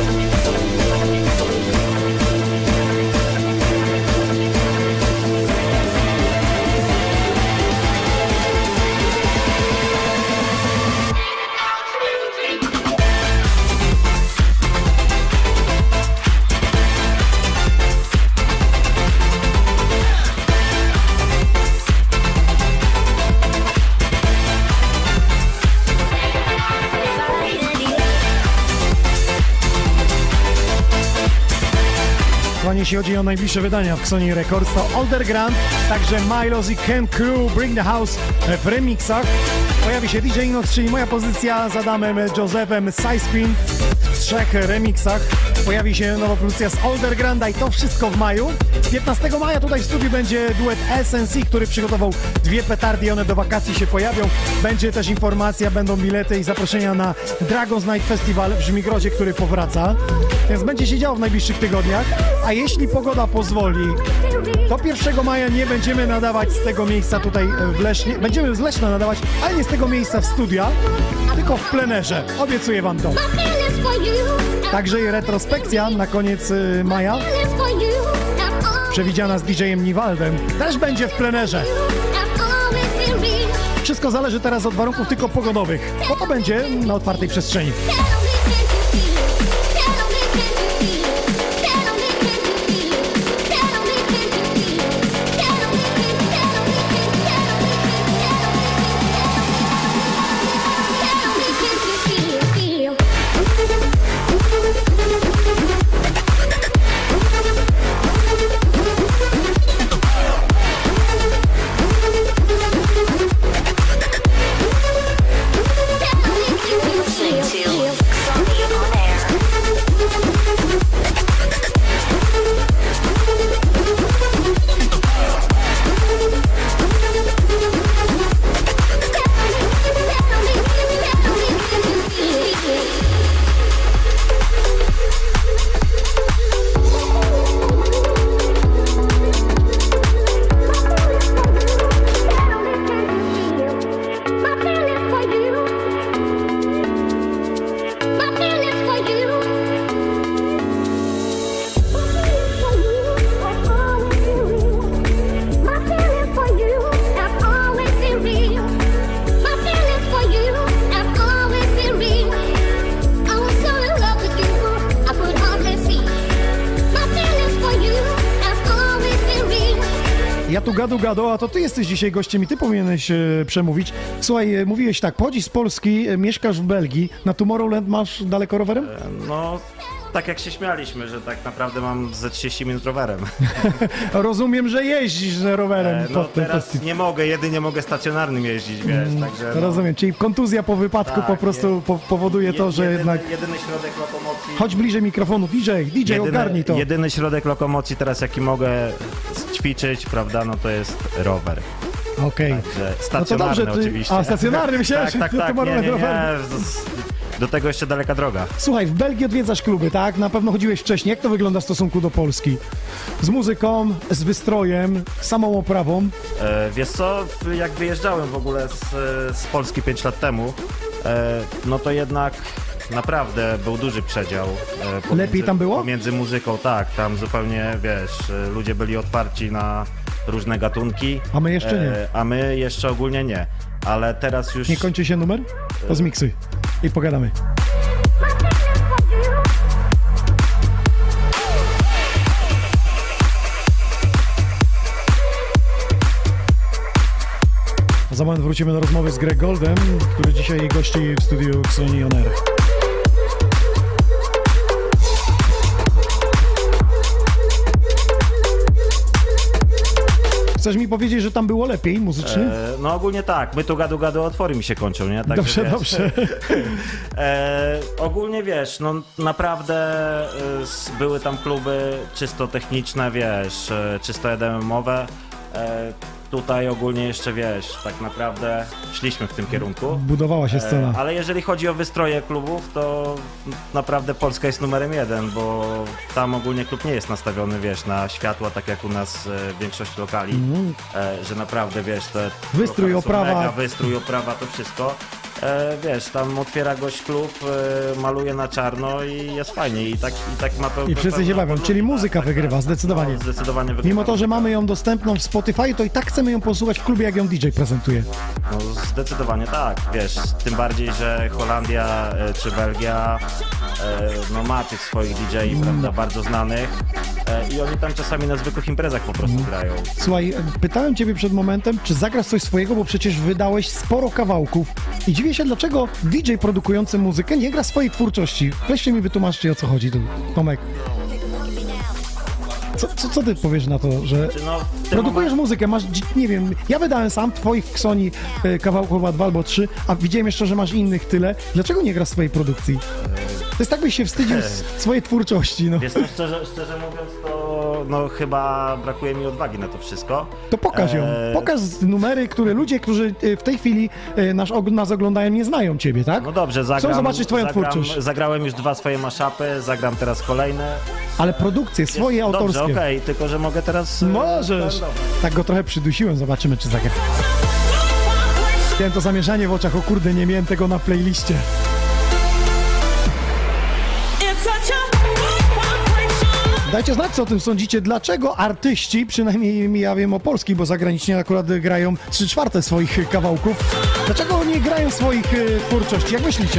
Kochani, jeśli chodzi o najbliższe wydania w Xoni Records, to Older Grant, także Milos i Ken Crew Bring the House w remixach. Pojawi się D J Inox, czyli moja pozycja z Adamem Josephem Sidespin w trzech remixach. Pojawi się nowa produkcja z Older Granda i to wszystko w maju. piętnastego maja tutaj w studiu będzie duet S N C, który przygotował dwie petardy i one do wakacji się pojawią. Będzie też informacja, będą bilety i zaproszenia na Dragon's Night Festival w Żmigrodzie, który powraca. Więc będzie się działo w najbliższych tygodniach. A jeśli pogoda pozwoli, to pierwszego maja nie będziemy nadawać z tego miejsca tutaj w Lesznie. Będziemy z Leszna nadawać, ale nie z tego miejsca w studia, tylko w plenerze. Obiecuję wam to. Także i retrospekcja na koniec y, maja, przewidziana z D J-em Niwaldem, też będzie w plenerze. Wszystko zależy teraz od warunków tylko pogodowych, bo to będzie na otwartej przestrzeni. Ja tu gadu gadu, a to ty jesteś dzisiaj gościem i ty powinieneś e, przemówić. Słuchaj, e, mówiłeś tak, pochodzisz z Polski, e, mieszkasz w Belgii, na Tomorrowland masz daleko rowerem? No, tak jak się śmialiśmy, że tak naprawdę mam ze trzydzieści minut rowerem. Rozumiem, że jeździsz rowerem. E, no pod ten teraz festiwal. nie mogę, jedynie mogę stacjonarnym jeździć, wiesz, także... No, Rozumiem, czyli kontuzja po wypadku Tak, po prostu je- po, powoduje to, że jedyny, jednak... Jedyny środek lokomocji... Chodź bliżej mikrofonu, D J, D J, ogarnij to. Jedyny środek lokomocji teraz, jaki mogę ćwiczyć, prawda, no to jest rower. Okej. Także No to stacjonarny dobrze, ty... oczywiście. A, stacjonarny, myślałem, tak, że tak, to tak, nie, Tomorrowland nie, rower. nie. z- Do tego jeszcze daleka droga. Słuchaj, w Belgii odwiedzasz kluby, tak? Na pewno chodziłeś wcześniej. Jak to wygląda w stosunku do Polski? Z muzyką, z wystrojem, samą oprawą? E, wiesz co, jak wyjeżdżałem w ogóle z, z Polski pięć lat temu, e, no to jednak naprawdę był duży przedział. E, pomiędzy, Lepiej tam było? Pomiędzy muzyką, tak, tam zupełnie, wiesz, e, ludzie byli otwarci na różne gatunki. A my jeszcze nie. E, a my jeszcze ogólnie nie. Ale teraz już... Nie kończy się numer? To zmiksuj i pogadamy. Za moment wrócimy do rozmowy z Greg Goldem, który dzisiaj gości w studiu Sony On Air. Chcesz mi powiedzieć, że tam było lepiej muzycznie? E, no ogólnie tak, my tu gadu gadu otwory mi się kończą, nie? Także, Dobrze, wiesz, dobrze. E, ogólnie wiesz, no naprawdę e, s- były tam kluby czysto techniczne, wiesz, e, czysto E D M-owe. E, tutaj ogólnie jeszcze wiesz, tak naprawdę szliśmy w tym kierunku. Budowała się scena. E, ale jeżeli chodzi o wystroje klubów, to naprawdę Polska jest numerem jeden, bo tam ogólnie klub nie jest nastawiony, wiesz, na światła, tak jak u nas e, w większości lokali, e, że naprawdę, wiesz, te Wystrój, lokale są oprawa. mega, wystrój, oprawa, to wszystko. E, wiesz, tam otwiera gość klub, e, maluje na czarno i jest fajnie i tak, i tak ma pełno. I wszyscy się bawią, czyli muzyka wygrywa, zdecydowanie. No, zdecydowanie wygrywa. Mimo to, że mamy ją dostępną w Spotify, to i tak chcemy ją posłuchać w klubie, jak ją D J prezentuje. No, zdecydowanie tak, wiesz, tym bardziej, że Holandia e, czy Belgia e, no, ma tych swoich D J, prawda, bardzo znanych e, i oni tam czasami na zwykłych imprezach po prostu grają. Słuchaj, pytałem ciebie przed momentem, czy zagrasz coś swojego, bo przecież wydałeś sporo kawałków i dziwię się, dlaczego D J produkujący muzykę nie gra swojej twórczości. Weźcie mi wytłumaczcie, o co chodzi tu, Tomek. Co Co, co, co ty powiesz na to, że No, w tym produkujesz momen- muzykę, masz, dzi- nie wiem, ja wydałem sam twoich w Sony e, kawałków chyba dwa albo trzy, a widziałem jeszcze, że masz innych tyle. Dlaczego nie grasz swojej produkcji? To jest tak, byś się wstydził z swojej twórczości, no. Wiesz co, szczerze, szczerze mówiąc, to no, chyba brakuje mi odwagi na to wszystko. To pokaż ją. Eee, Pokaż numery, które ludzie, którzy e, w tej chwili e, nas, og- nas oglądają, nie znają ciebie, tak? No dobrze, zagram, Chcą zobaczyć twoją zagram, twórczość. Zagrałem już dwa swoje maszapy, zagram teraz kolejne. Ale produkcje swoje, Dobrze, autorskie. okej, tylko że mogę teraz... e, Możesz. no, dobra. Tak go trochę przydusiłem, zobaczymy, czy zagra. Miałem to zamieszanie w oczach, o kurde, nie miałem tego na playliście. Dajcie znać, co o tym sądzicie. Dlaczego artyści, przynajmniej ja wiem o polskich, bo zagranicznie akurat grają trzy czwarte swoich kawałków, dlaczego nie grają swoich e, twórczości? Jak myślicie?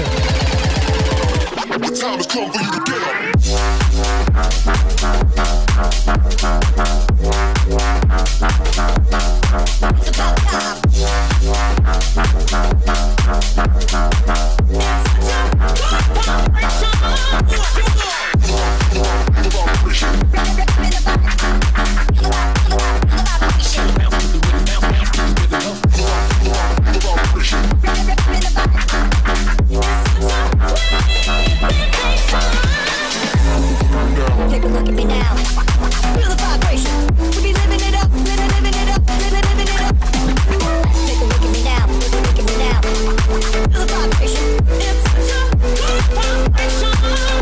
Take a look at me now. Feel the vibration. We be living it up, living, living it up, living, living it up. Take a look at me now. Take a look at me now. Feel the vibration. It's such a good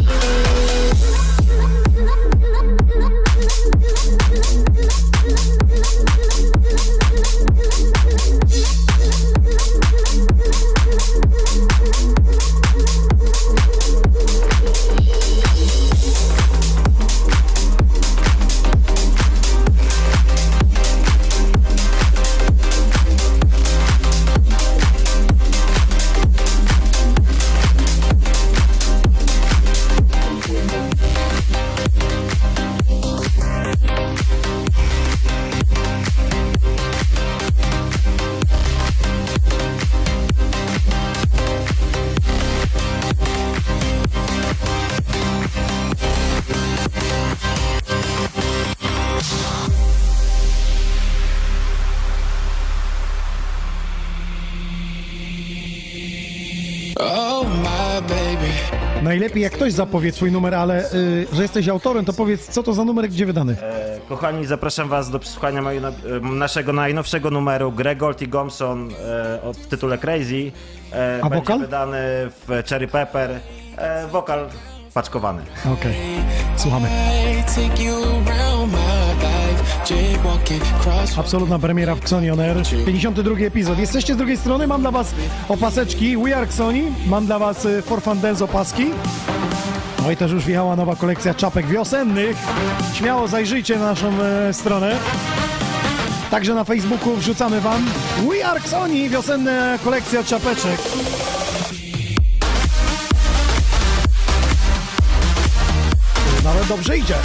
Oh my baby. Najlepiej jak ktoś zapowie twój numer, ale y, że jesteś autorem, to powiedz, co to za numer, gdzie wydany? E, Kochani, zapraszam was do przesłuchania mojego, e, naszego najnowszego numeru Gregor T. Gomson e, o tytule Crazy. E, A będzie wokal? wydany w Cherry Pepper. E, wokal paczkowany. Okej, słuchamy. I take you around my life. Jaywalking, cross. Absolutna premiera w Xoni On Air, pięćdziesiąty drugi epizod. Jesteście z drugiej strony, mam dla was opaseczki We Are Xoni, mam dla was y, For Fun Dance opaski. No i też już wjechała nowa kolekcja czapek wiosennych. Śmiało zajrzyjcie na naszą e, stronę. Także na Facebooku wrzucamy wam We Are Xoni, wiosenna kolekcja czapeczek. Nawet dobrze idzie.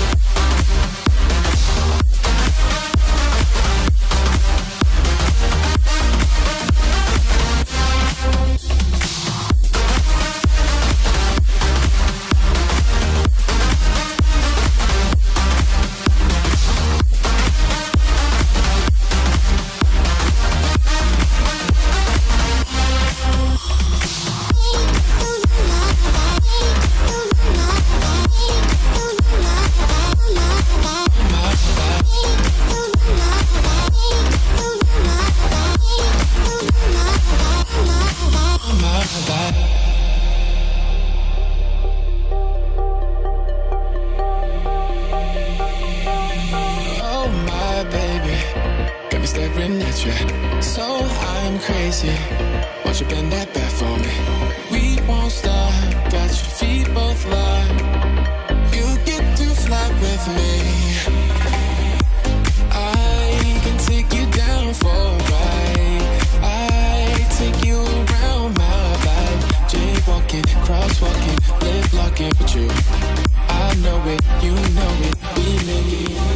Oh my baby, got me staring at you. So I'm crazy. Won't you bend that back for me? We won't stop. Got your feet both locked. You get to fly with me. I can take you down for a ride. I take you around my life. Jaywalking, crosswalking, lip locking with you. I know it, you know it, we make it.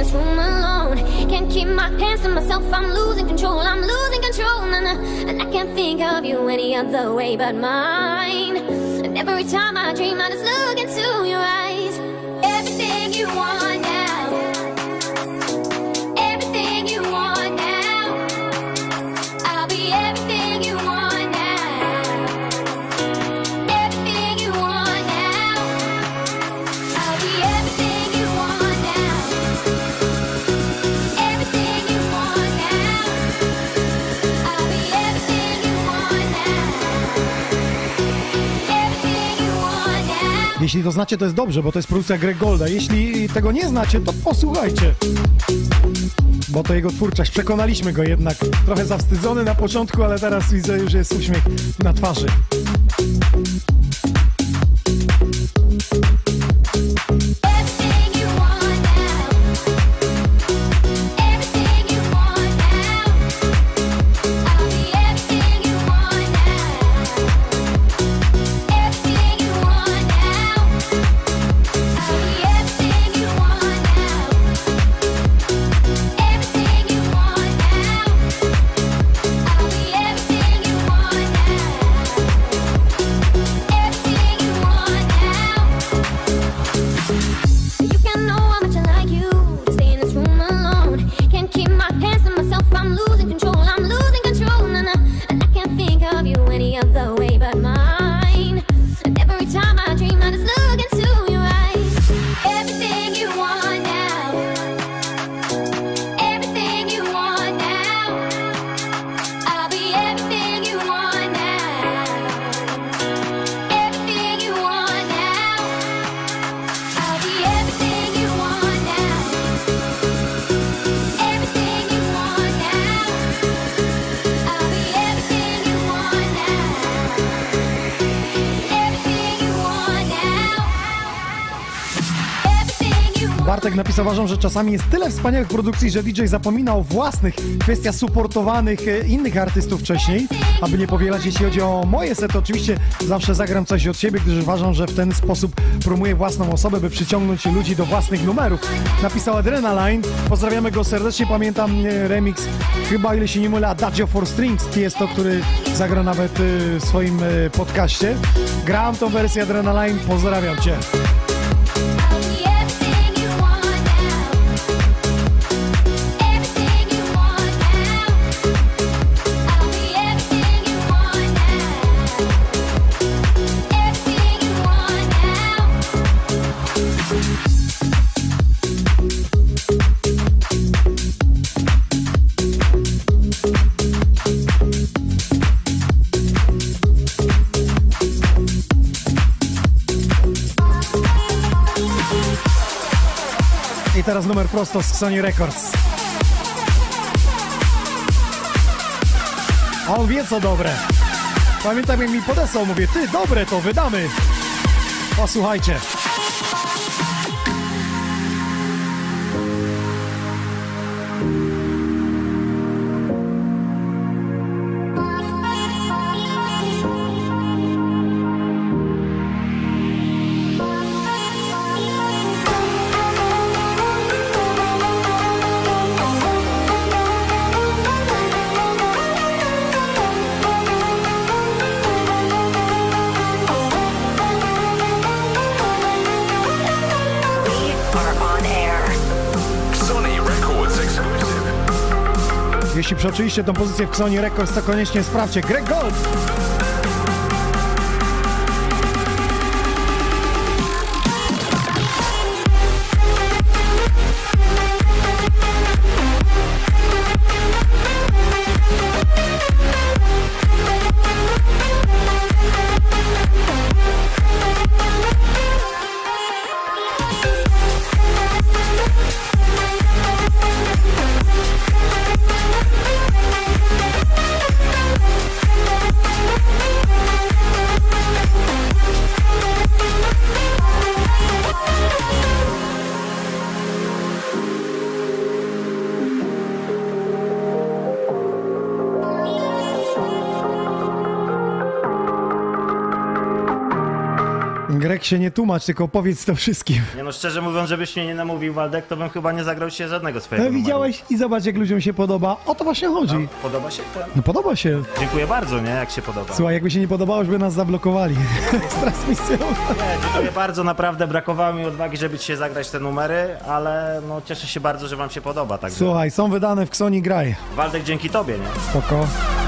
this room alone. Can't keep my hands to myself, I'm losing control, I'm losing control, nah, nah. And I can't think of you any other way but mine. And every time I dream, I just look into your eyes. Everything you want now, everything you want now, I'll be everything you want now, everything you want now, I'll be everything you want now, everything you want now, I'll be everything you want now, everything you want now. Jeśli to znacie, to jest dobrze, bo to jest produkcja Greg Golda. Jeśli tego nie znacie, to posłuchajcie. Bo to jego twórczość. Przekonaliśmy go jednak. Trochę zawstydzony na początku, ale teraz widzę, już jest uśmiech na twarzy. Everything you want now, everything you want now, I'll be everything you want now, everything you want now, I'll be everything you want now, everything you want now, I'll be everything you want Bartek napisał, uważam, że czasami jest tyle wspaniałych produkcji, że D J zapomina o własnych, kwestia supportowanych e, innych artystów wcześniej, aby nie powielać. Jeśli chodzi o moje sety, oczywiście zawsze zagram coś od siebie, gdyż uważam, że w ten sposób promuję własną osobę, by przyciągnąć ludzi do własnych numerów. Napisał Adrenaline, pozdrawiamy go serdecznie, pamiętam e, remix, chyba ile się nie mylę, Adagio for Strings, jest to, który zagra nawet e, w swoim e, podcaście. Grałem tą wersję Adrenaline, pozdrawiam Cię. I teraz numer prosto z Sony Records. A on wie co dobre. Pamiętam jak mi podesłał, mówię, ty dobre to wydamy. Posłuchajcie. Jeśli przeoczyliście tą pozycję w Sony Records, to koniecznie sprawdźcie. Greg Gold! Waldek, się nie tłumacz, tylko powiedz to wszystkim. Nie no, szczerze mówiąc, żebyś mnie nie namówił, Waldek, to bym chyba nie zagrał się żadnego swojego No numeru. widziałeś i zobacz, jak ludziom się podoba. O to właśnie chodzi. No, podoba się to? No podoba się. Dziękuję bardzo, nie? Jak się podoba. Słuchaj, jakby się nie podobało, już by nas zablokowali z transmisją. Nie, dziękuję bardzo, naprawdę brakowało mi odwagi, żeby dzisiaj zagrać te numery, ale no cieszę się bardzo, że wam się podoba, także... Słuchaj, są wydane w Xoni Graj. Waldek, dzięki tobie, nie? Spoko.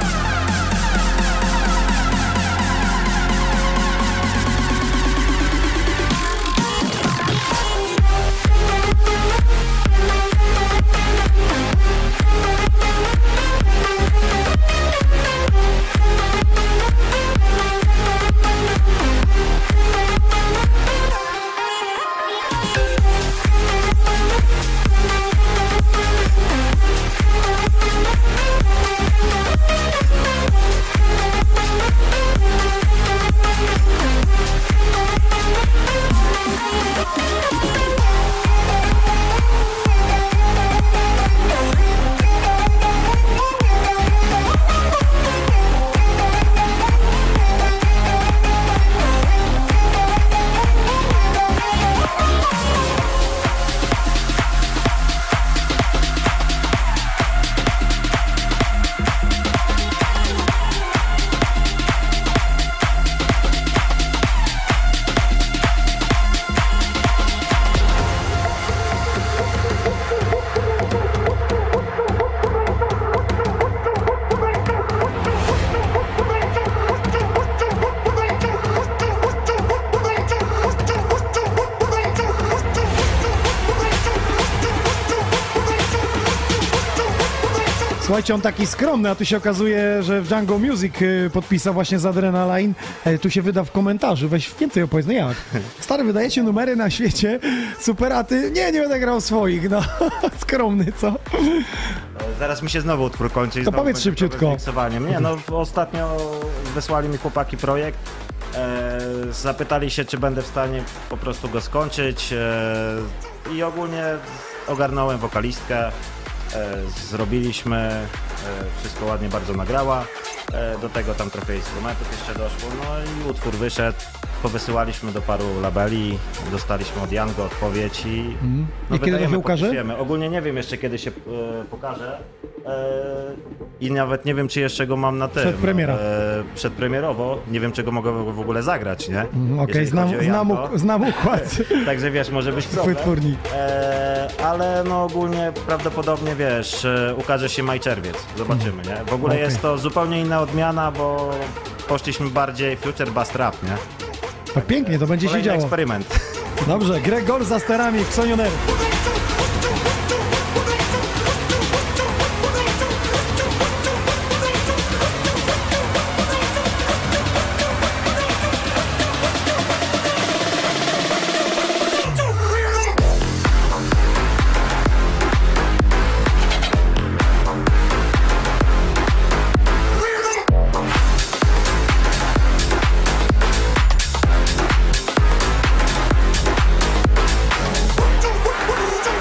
Słuchajcie, on taki skromny, a tu się okazuje, że w Django Music y, podpisał właśnie z Adrenaline. E, tu się wyda w komentarzu, weź więcej opowiedz, no jak? Stary, wydajecie numery na świecie, super, a ty, nie, nie będę grał swoich, no. Skromny, co? Zaraz mi się znowu utwór kończy. i To znowu powiedz będzie szybciutko. problem z miksowaniem. Nie, no ostatnio wysłali mi chłopaki projekt. E, zapytali się, czy będę w stanie po prostu go skończyć. E, I ogólnie ogarnąłem wokalistkę. E, zrobiliśmy, e, wszystko ładnie bardzo nagrała. E, do tego tam trochę instrumentów jeszcze doszło. No i utwór wyszedł. Powysyłaliśmy do paru labeli, dostaliśmy od Jango odpowiedź i... Mm. No, I kiedy to wydajemy, się ukaże? podpisujemy. Ogólnie nie wiem jeszcze, kiedy się e, pokaże. E, I nawet nie wiem, czy jeszcze go mam na tym. Przedpremiera. E, przedpremierowo. Nie wiem, czego mogę w ogóle zagrać, nie? Mm, Okej, Jeżeli znam, chodzi o znam, Jango. uk- znam układ Także wiesz, może być problem. wytwórni. E, ale no ogólnie prawdopodobnie, wiesz, e, ukaże się maj-czerwiec. Zobaczymy, nie? W ogóle Okej. jest to zupełnie inna odmiana, bo poszliśmy bardziej future bass trap, nie? No pięknie, to będzie się Kolejny działo. eksperyment. Dobrze, Gregor za sterami w Xonioner. Don't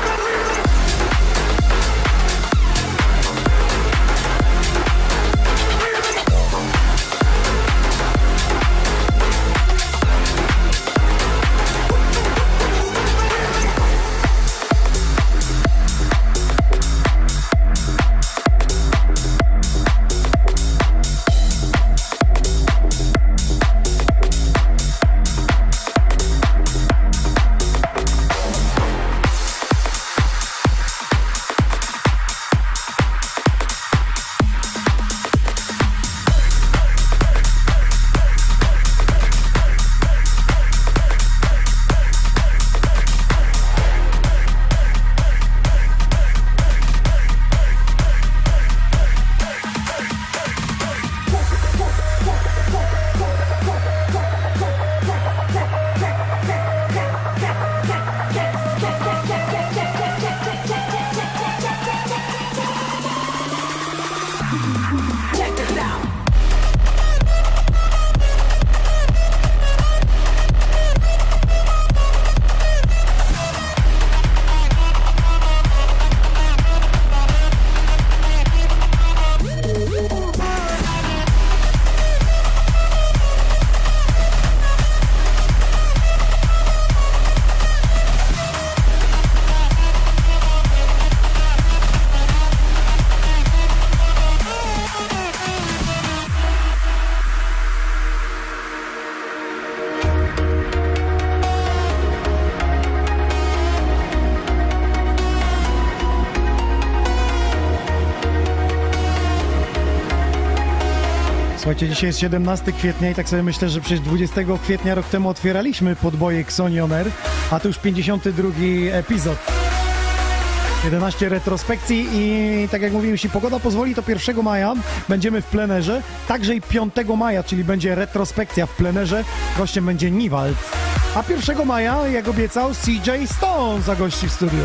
Słuchajcie, dzisiaj jest siedemnastego kwietnia i tak sobie myślę, że przecież dwudziestego kwietnia rok temu otwieraliśmy podboje Xoni On Air, a to już pięćdziesiąty drugi epizod. jedenaście retrospekcji i tak jak mówiłem, jeśli pogoda pozwoli, to pierwszego maja będziemy w plenerze, także i piątego maja, czyli będzie retrospekcja w plenerze, gościem będzie Niwald. A pierwszego maja, jak obiecał, C J Stone zagości w studiu.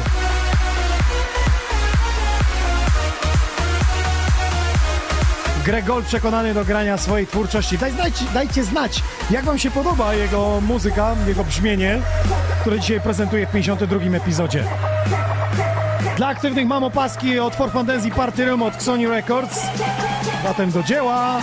Greg Gold przekonany do grania swojej twórczości. Daj, dajcie, dajcie znać, jak wam się podoba jego muzyka, jego brzmienie, które dzisiaj prezentuje w pięćdziesiątym drugim epizodzie. Dla aktywnych mam opaski od For Fun Dance i Party Room od Xoni Records. Zatem do dzieła!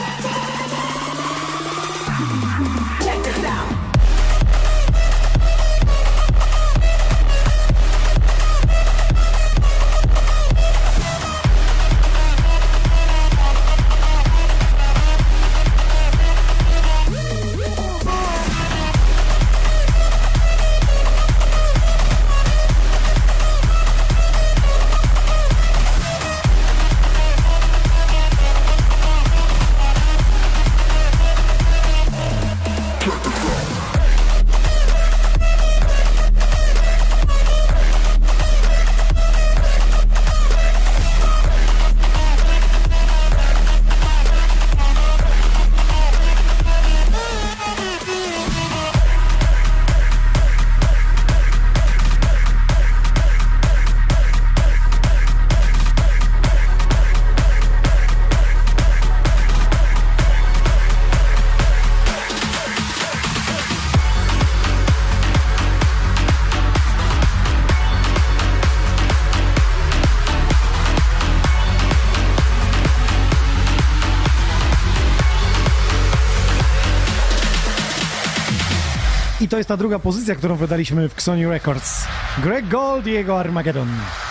I to jest ta druga pozycja, którą wydaliśmy w Xoni Records. Greg Gold i jego Armageddon.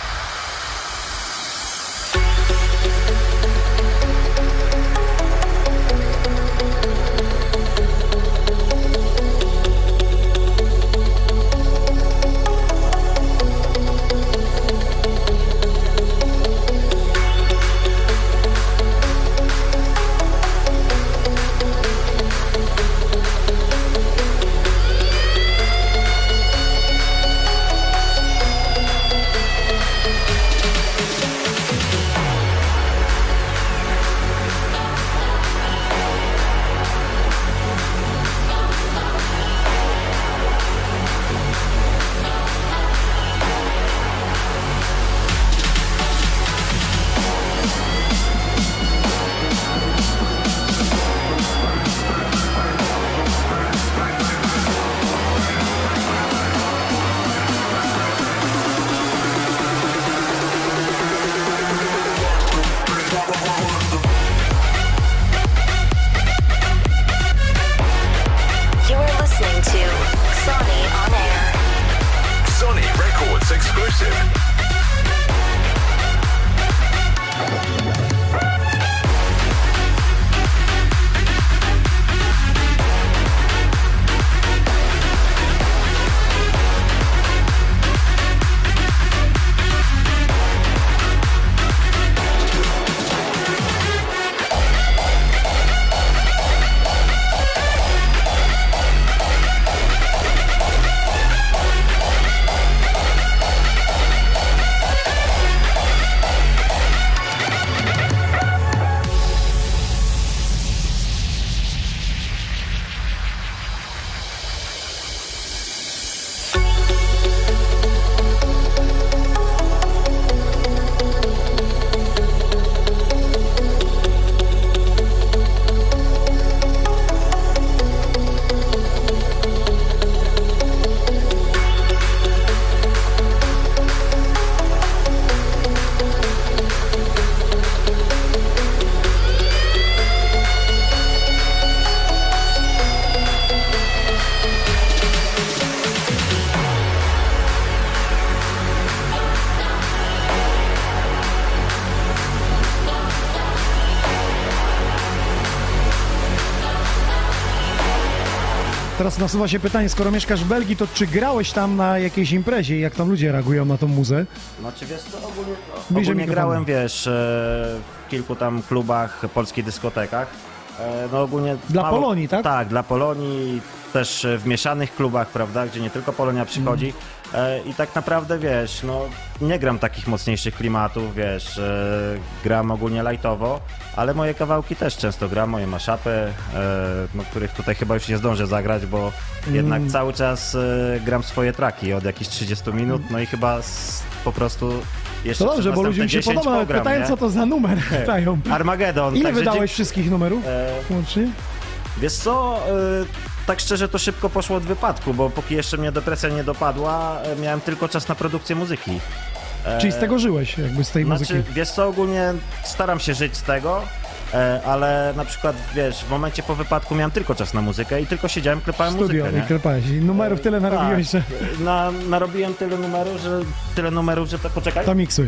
You are listening to Xoni On Air. Sony Records exclusive. Teraz nasuwa się pytanie, skoro mieszkasz w Belgii, to czy grałeś tam na jakiejś imprezie i jak tam ludzie reagują na tą muzę? Znaczy wiesz co, ogólnie, Bliżej ogólnie mikrofonu. grałem, wiesz, e, w kilku tam klubach, polskich dyskotekach. E, no ogólnie Dla Polonii, tak? Tak, dla Polonii, też e, w mieszanych klubach, prawda, gdzie nie tylko Polonia przychodzi. E, I tak naprawdę, wiesz, no nie gram takich mocniejszych klimatów, wiesz, e, gram ogólnie lightowo, ale moje kawałki też często gram, moje mashupy, e, no, których tutaj chyba już nie zdążę zagrać, bo jednak cały czas e, gram swoje traki od jakichś trzydziestu minut, no i chyba s, po prostu jeszcze To dobrze, przez bo ludziom się następne podoba, dziesięć pogram, pytają nie? co to za numer, pytają. Armagedon. Ile także wydałeś dzięki- wszystkich numerów E, łącznie? Wiesz co, y, tak szczerze to szybko poszło od wypadku, bo póki jeszcze mnie depresja nie dopadła, e, miałem tylko czas na produkcję muzyki. E, Czyli z tego żyłeś, jakby z tej Znaczy, muzyki. wiesz co, ogólnie staram się żyć z tego, e, ale na przykład, wiesz, w momencie po wypadku miałem tylko czas na muzykę i tylko siedziałem, klepałem Studio muzykę, i nie? klepałeś. I numerów tyle narobiłeś, że Tak, na, narobiłem tyle numerów, że tyle numerów, że to poczekaj. to miksuj.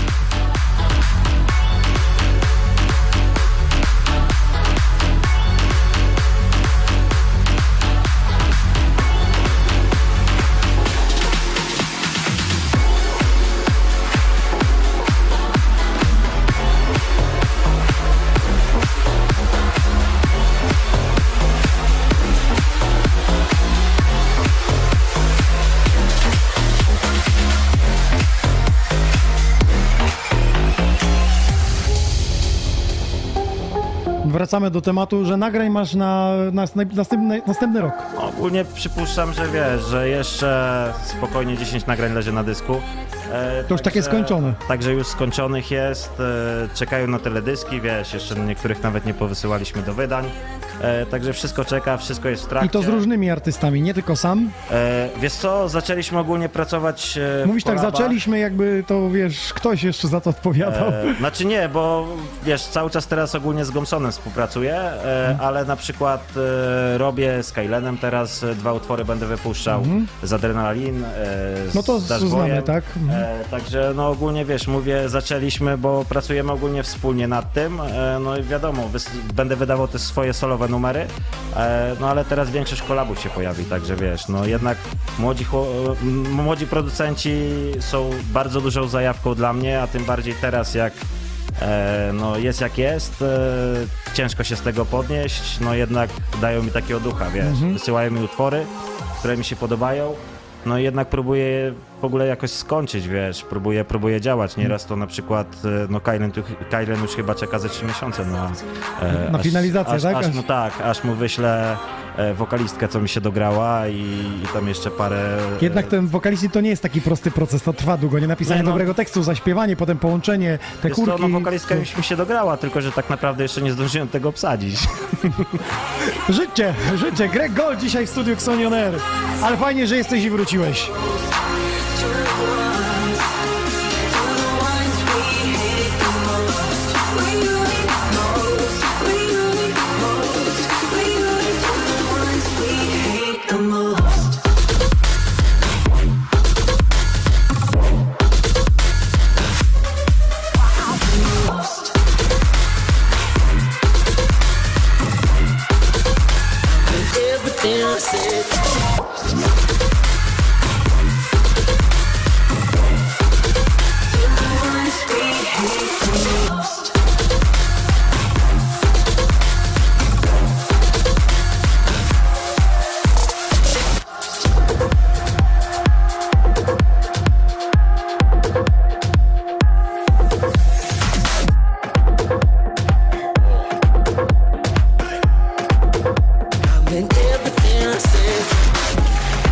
Wracamy do tematu, że nagrań masz na, na następny, następny rok. Ogólnie przypuszczam, że wiesz, że jeszcze spokojnie dziesięć nagrań leży na dysku. E, To już takie skończone. Także już skończonych jest, e, czekają na teledyski, wiesz, jeszcze niektórych nawet nie powysyłaliśmy do wydań. E, także wszystko czeka, wszystko jest w trakcie. I to z różnymi artystami, nie tylko sam. E, wiesz co, zaczęliśmy ogólnie pracować e, Mówisz w tak, kolabach. zaczęliśmy jakby to, wiesz, ktoś jeszcze za to odpowiadał. E, znaczy nie, bo wiesz, cały czas teraz ogólnie z Gomsonem współpracuję, e, ale na przykład e, robię z Kylenem teraz e, dwa utwory będę wypuszczał z Adrenalin, e, z No to z- Dashboyem. znamy, tak? Mhm. E, także no ogólnie wiesz, mówię, zaczęliśmy, bo pracujemy ogólnie wspólnie nad tym, e, no i wiadomo, wys- będę wydawał też swoje solowe numery, e, no ale teraz większość kolabów się pojawi, także wiesz, no jednak młodzi, chło- m- młodzi producenci są bardzo dużą zajawką dla mnie, a tym bardziej teraz jak E, no jest jak jest, e, ciężko się z tego podnieść, no jednak dają mi takiego ducha, wiesz, wysyłają mi utwory, które mi się podobają, no i jednak próbuję je w ogóle jakoś skończyć, wiesz, próbuję, próbuję działać, nieraz to na przykład, e, no Kylen, tu, Kylen już chyba czeka ze trzy miesiące na... e, Na finalizację, aż, tak? Aż mu tak, aż mu wyślę e, wokalistkę, co mi się dograła i, i tam jeszcze parę... Jednak ten wokaliści to nie jest taki prosty proces, to trwa długo, nie napisanie Nie, no. dobrego tekstu, zaśpiewanie, potem połączenie, te Wiesz co, kurki. no wokalistka już mi się dograła, tylko że tak naprawdę jeszcze nie zdążyłem tego obsadzić. Życie, życie. Greg Gold dzisiaj w studiu Xonion Air. Ale fajnie, że jesteś i wróciłeś. Everything I said. I meant everything I said.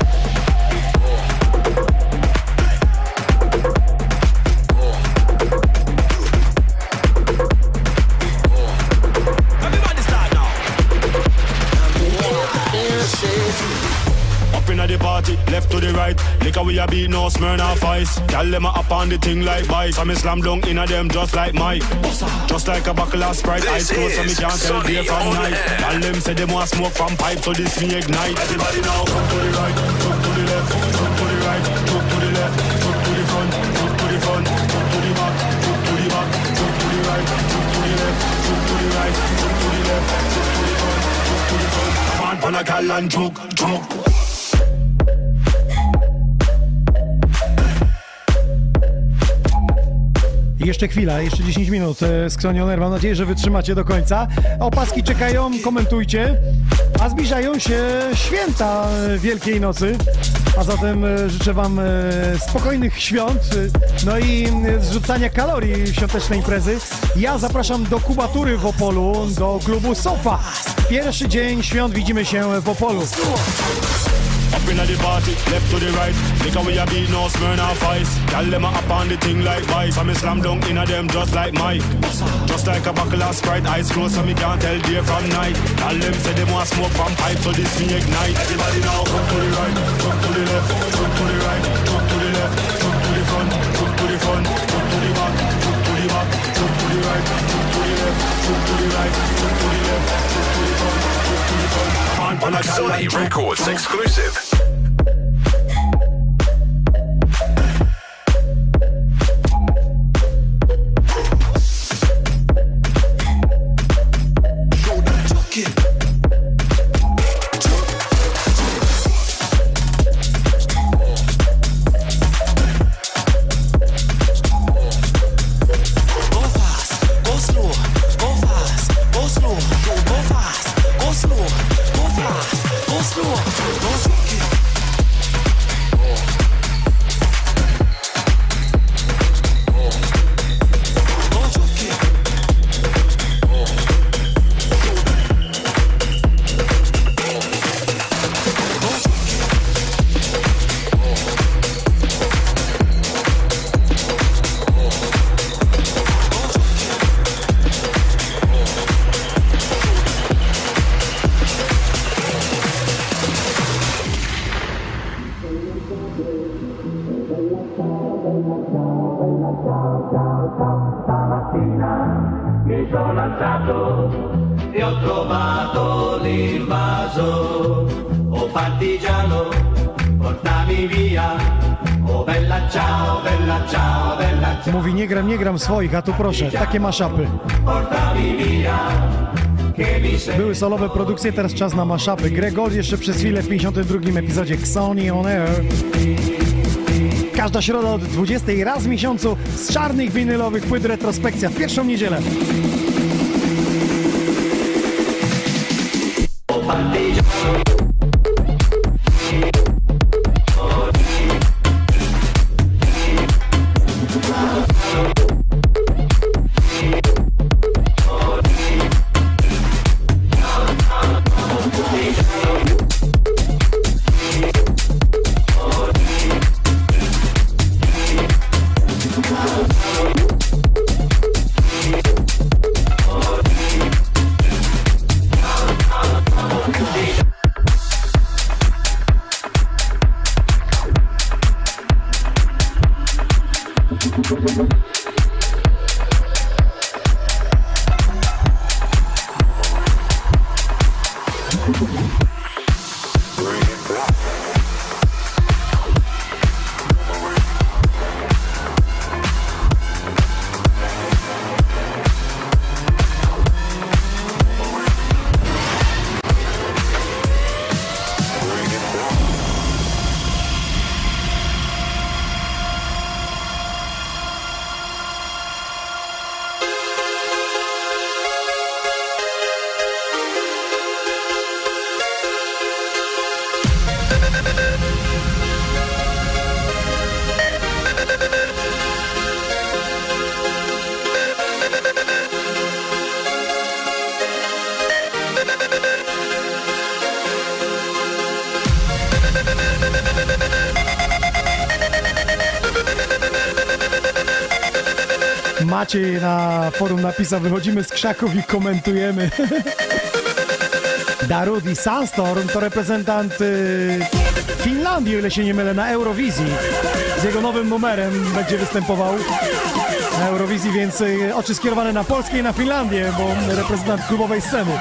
Everybody start now. Everything I said. Up inna the party, left to the right. Liquor we a beat, no Smirnoff Ice. Tell them a up on the thing like bike. So me slam down inna them just like Mike. Just like a buckle of Sprite. Eyes This closed so me is can't tell Sonny day from on night. air. Tell them say them want smoke from pipe, so this me ignite. Everybody now, jump to the right, jump to the left, jump to the right, jump to the left, jump to the front, jump to the front, jump to the back, jump to the back, jump to the right, jump to the left, jump to the right, jump to the left, jump to the front, jump to the front. Come on, pan a gal and juke, juke. Jeszcze chwila, jeszcze dziesięć minut e, z Xoni On Air. Mam nadzieję, że wytrzymacie do końca. Opaski czekają, komentujcie. A zbliżają się święta e, Wielkiej Nocy. A zatem e, życzę wam e, spokojnych świąt, e, no i e, zrzucania kalorii w świąteczne imprezy. Ja zapraszam do Kubatury w Opolu, do klubu Sofa. Pierwszy dzień świąt widzimy się w Opolu. Up inna the party, left to the right. Look how we a beat, no Smirnoff Ice. Tell them I up on the thing like vice. I me slam dunk inna them just like Mike. Just like a buckle of Sprite, eyes closed so me can't tell day from night. Tell them say them want smoke from pipe, so this me ignite. Everybody now, jump to the right, jump to the left, jump to the right, jump to the left, jump to the front, jump to the front, jump to the back, jump to the back, jump to the right, jump to the left, jump to the right, jump to the left, jump to the front, jump to the front. On a Sony Records exclusive. Mi sono alzato e ho trovato l'invaso. Oh partigiano, portami via. Oh bella ciao, bella ciao, bella ciao. Mówi nie gram, nie gram swoich, a tu proszę, takie maszapy. Portami via. Były solowe produkcje, teraz czas na maszapy. Greg Gold jeszcze przez chwilę w pięćdziesiątym drugim epizodzie Xoni On Air. Każda środa od dwudziestej raz w miesiącu z czarnych winylowych płyt retrospekcja w pierwszą niedzielę. Maciej na forum napisał, wychodzimy z krzaków i komentujemy. Darudi Sandstorm to reprezentant y, Finlandii, o ile się nie mylę, na Eurowizji. Z jego nowym numerem będzie występował na Eurowizji, więc y, oczy skierowane na Polskę i na Finlandię, bo reprezentant klubowej sceny.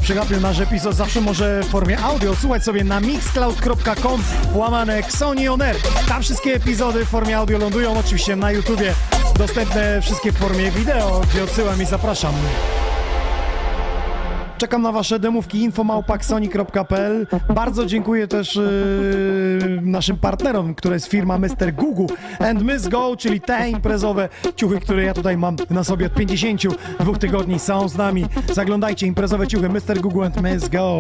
przegapił nasz epizod, zawsze może w formie audio słuchać sobie na mixcloud kropka com łamane Xoni On Air. Tam wszystkie epizody w formie audio lądują, oczywiście na YouTubie, dostępne wszystkie w formie wideo, gdzie odsyłam i zapraszam. Czekam na wasze demówki info małpa xoni kropka p l. Bardzo dziękuję też yy, naszym partnerom, które jest firma mister Gugu and Miss Go, czyli te imprezowe ciuchy, które ja tutaj mam na sobie od pięćdziesięciu dwóch tygodni, są z nami. Zaglądajcie, imprezowe ciuchy mister Gugu and Miss Go.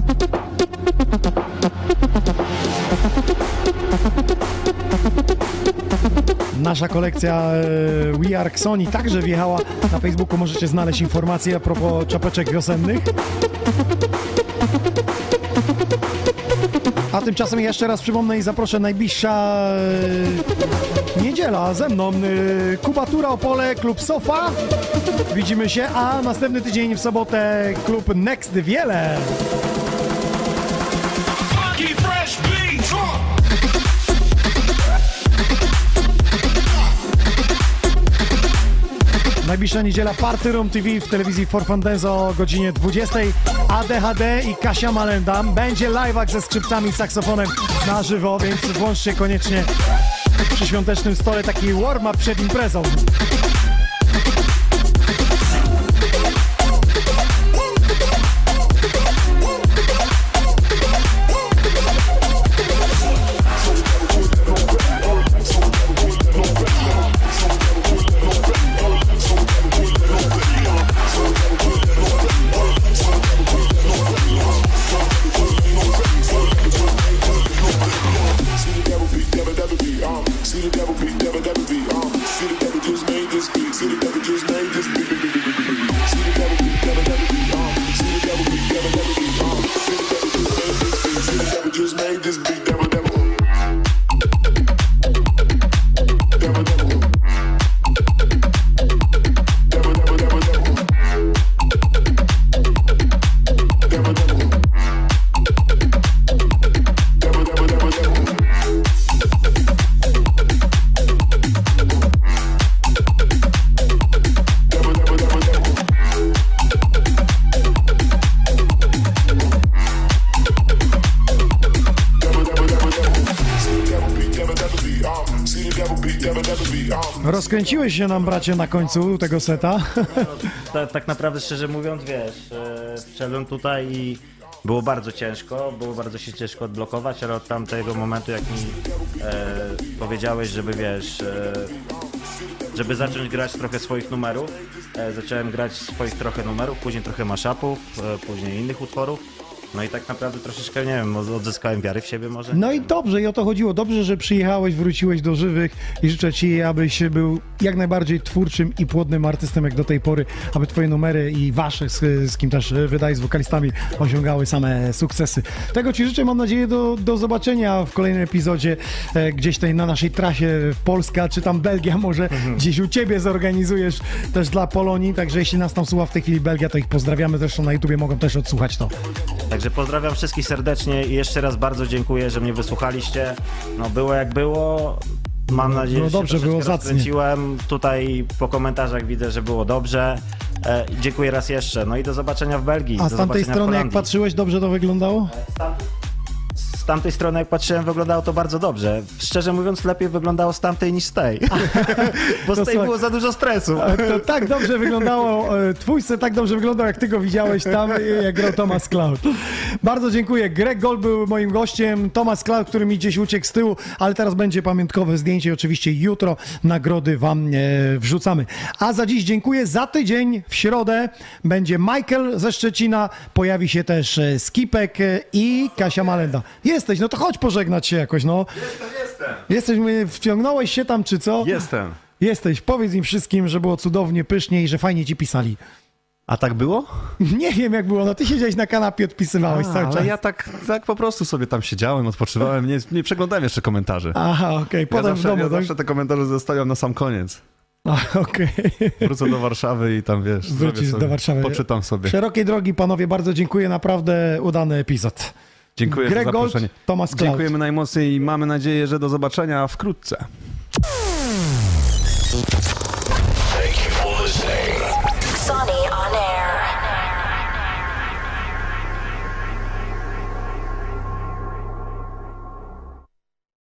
Nasza kolekcja e, We Are Xoni także wjechała. Na Facebooku możecie znaleźć informacje a propos czapeczek wiosennych. A tymczasem jeszcze raz przypomnę i zaproszę, najbliższa e, niedziela ze mną e, Kubatura Opole, klub Sofa. Widzimy się, a następny tydzień w sobotę klub Next Wiele. Najbliższa niedziela Party Room T V w telewizji For Fun Dance o godzinie dwudziestej. A D H D i Kasia Malenda. Będzie live'ak ze skrzypcami i saksofonem na żywo, więc włączcie koniecznie przy świątecznym stole taki warm-up przed imprezą. Rozkręciłeś się nam, bracie, na końcu tego seta. Ta, tak naprawdę, szczerze mówiąc, wiesz, e, wszedłem tutaj i było bardzo ciężko, było bardzo się ciężko odblokować, ale od tamtego momentu, jak mi e, powiedziałeś, żeby, wiesz, e, żeby zacząć grać trochę swoich numerów, e, zacząłem grać swoich trochę numerów, później trochę mashupów, e, później innych utworów. No i tak naprawdę troszeczkę, nie wiem, odzyskałem wiary w siebie może. No i dobrze, i o to chodziło. Dobrze, że przyjechałeś, wróciłeś do żywych i życzę ci, abyś był jak najbardziej twórczym i płodnym artystą jak do tej pory, aby twoje numery i wasze, z, z kim też wydajesz, z wokalistami, osiągały same sukcesy. Tego ci życzę, mam nadzieję, do, do zobaczenia w kolejnym epizodzie e, gdzieś tutaj na naszej trasie w Polska, czy tam Belgia, może mhm. gdzieś u ciebie zorganizujesz też dla Polonii, także jeśli nas tam słucha w tej chwili Belgia, to ich pozdrawiamy, zresztą na YouTubie mogą też odsłuchać to. Także pozdrawiam wszystkich serdecznie i jeszcze raz bardzo dziękuję, że mnie wysłuchaliście. No było jak było. Mam nadzieję, no że dobrze, się było rozkręciłem. Tutaj po komentarzach widzę, że było dobrze. E, dziękuję raz jeszcze. No i do zobaczenia w Belgii. A do z tamtej strony, jak patrzyłeś, dobrze to wyglądało? Z tamtej strony, jak patrzyłem, wyglądało to bardzo dobrze. Szczerze mówiąc, lepiej wyglądało z tamtej niż z tej. Bo z tej było za dużo stresu. To tak dobrze wyglądało, twój set tak dobrze wyglądał, jak ty go widziałeś tam, jak grał Thomas Cloud. Bardzo dziękuję. Greg Gold był moim gościem, Thomas Cloud, który mi gdzieś uciekł z tyłu, ale teraz będzie pamiątkowe zdjęcie. Oczywiście jutro nagrody wam e, wrzucamy. A za dziś dziękuję. Za tydzień w środę będzie Michael ze Szczecina, pojawi się też e, Skipek e, i Kasia Malenda. Jesteś, no to chodź pożegnać się jakoś, no. Jestem, jestem. Jesteś, wciągnąłeś się tam, czy co? Jestem. Jesteś, powiedz im wszystkim, że było cudownie, pysznie i że fajnie ci pisali. A tak było? Nie wiem jak było, no ty siedziałeś na kanapie, odpisywałeś A, cały ale czas. ja tak, tak po prostu sobie tam siedziałem, odpoczywałem, nie, nie przeglądałem jeszcze komentarzy. Aha, okej, okay. Potem ja zawsze, w domu, ja tak? zawsze te komentarze zostawiam na sam koniec. Okej. Okay. Wrócę do Warszawy i tam, wiesz, wrócisz sobie, do Warszawy. Poczytam sobie. Szerokiej drogi, panowie, bardzo dziękuję, naprawdę udany epizod. Dziękuję Greg za zaproszenie. Gold, Thomas Cloud. Dziękujemy najmocniej i mamy nadzieję, że do zobaczenia wkrótce.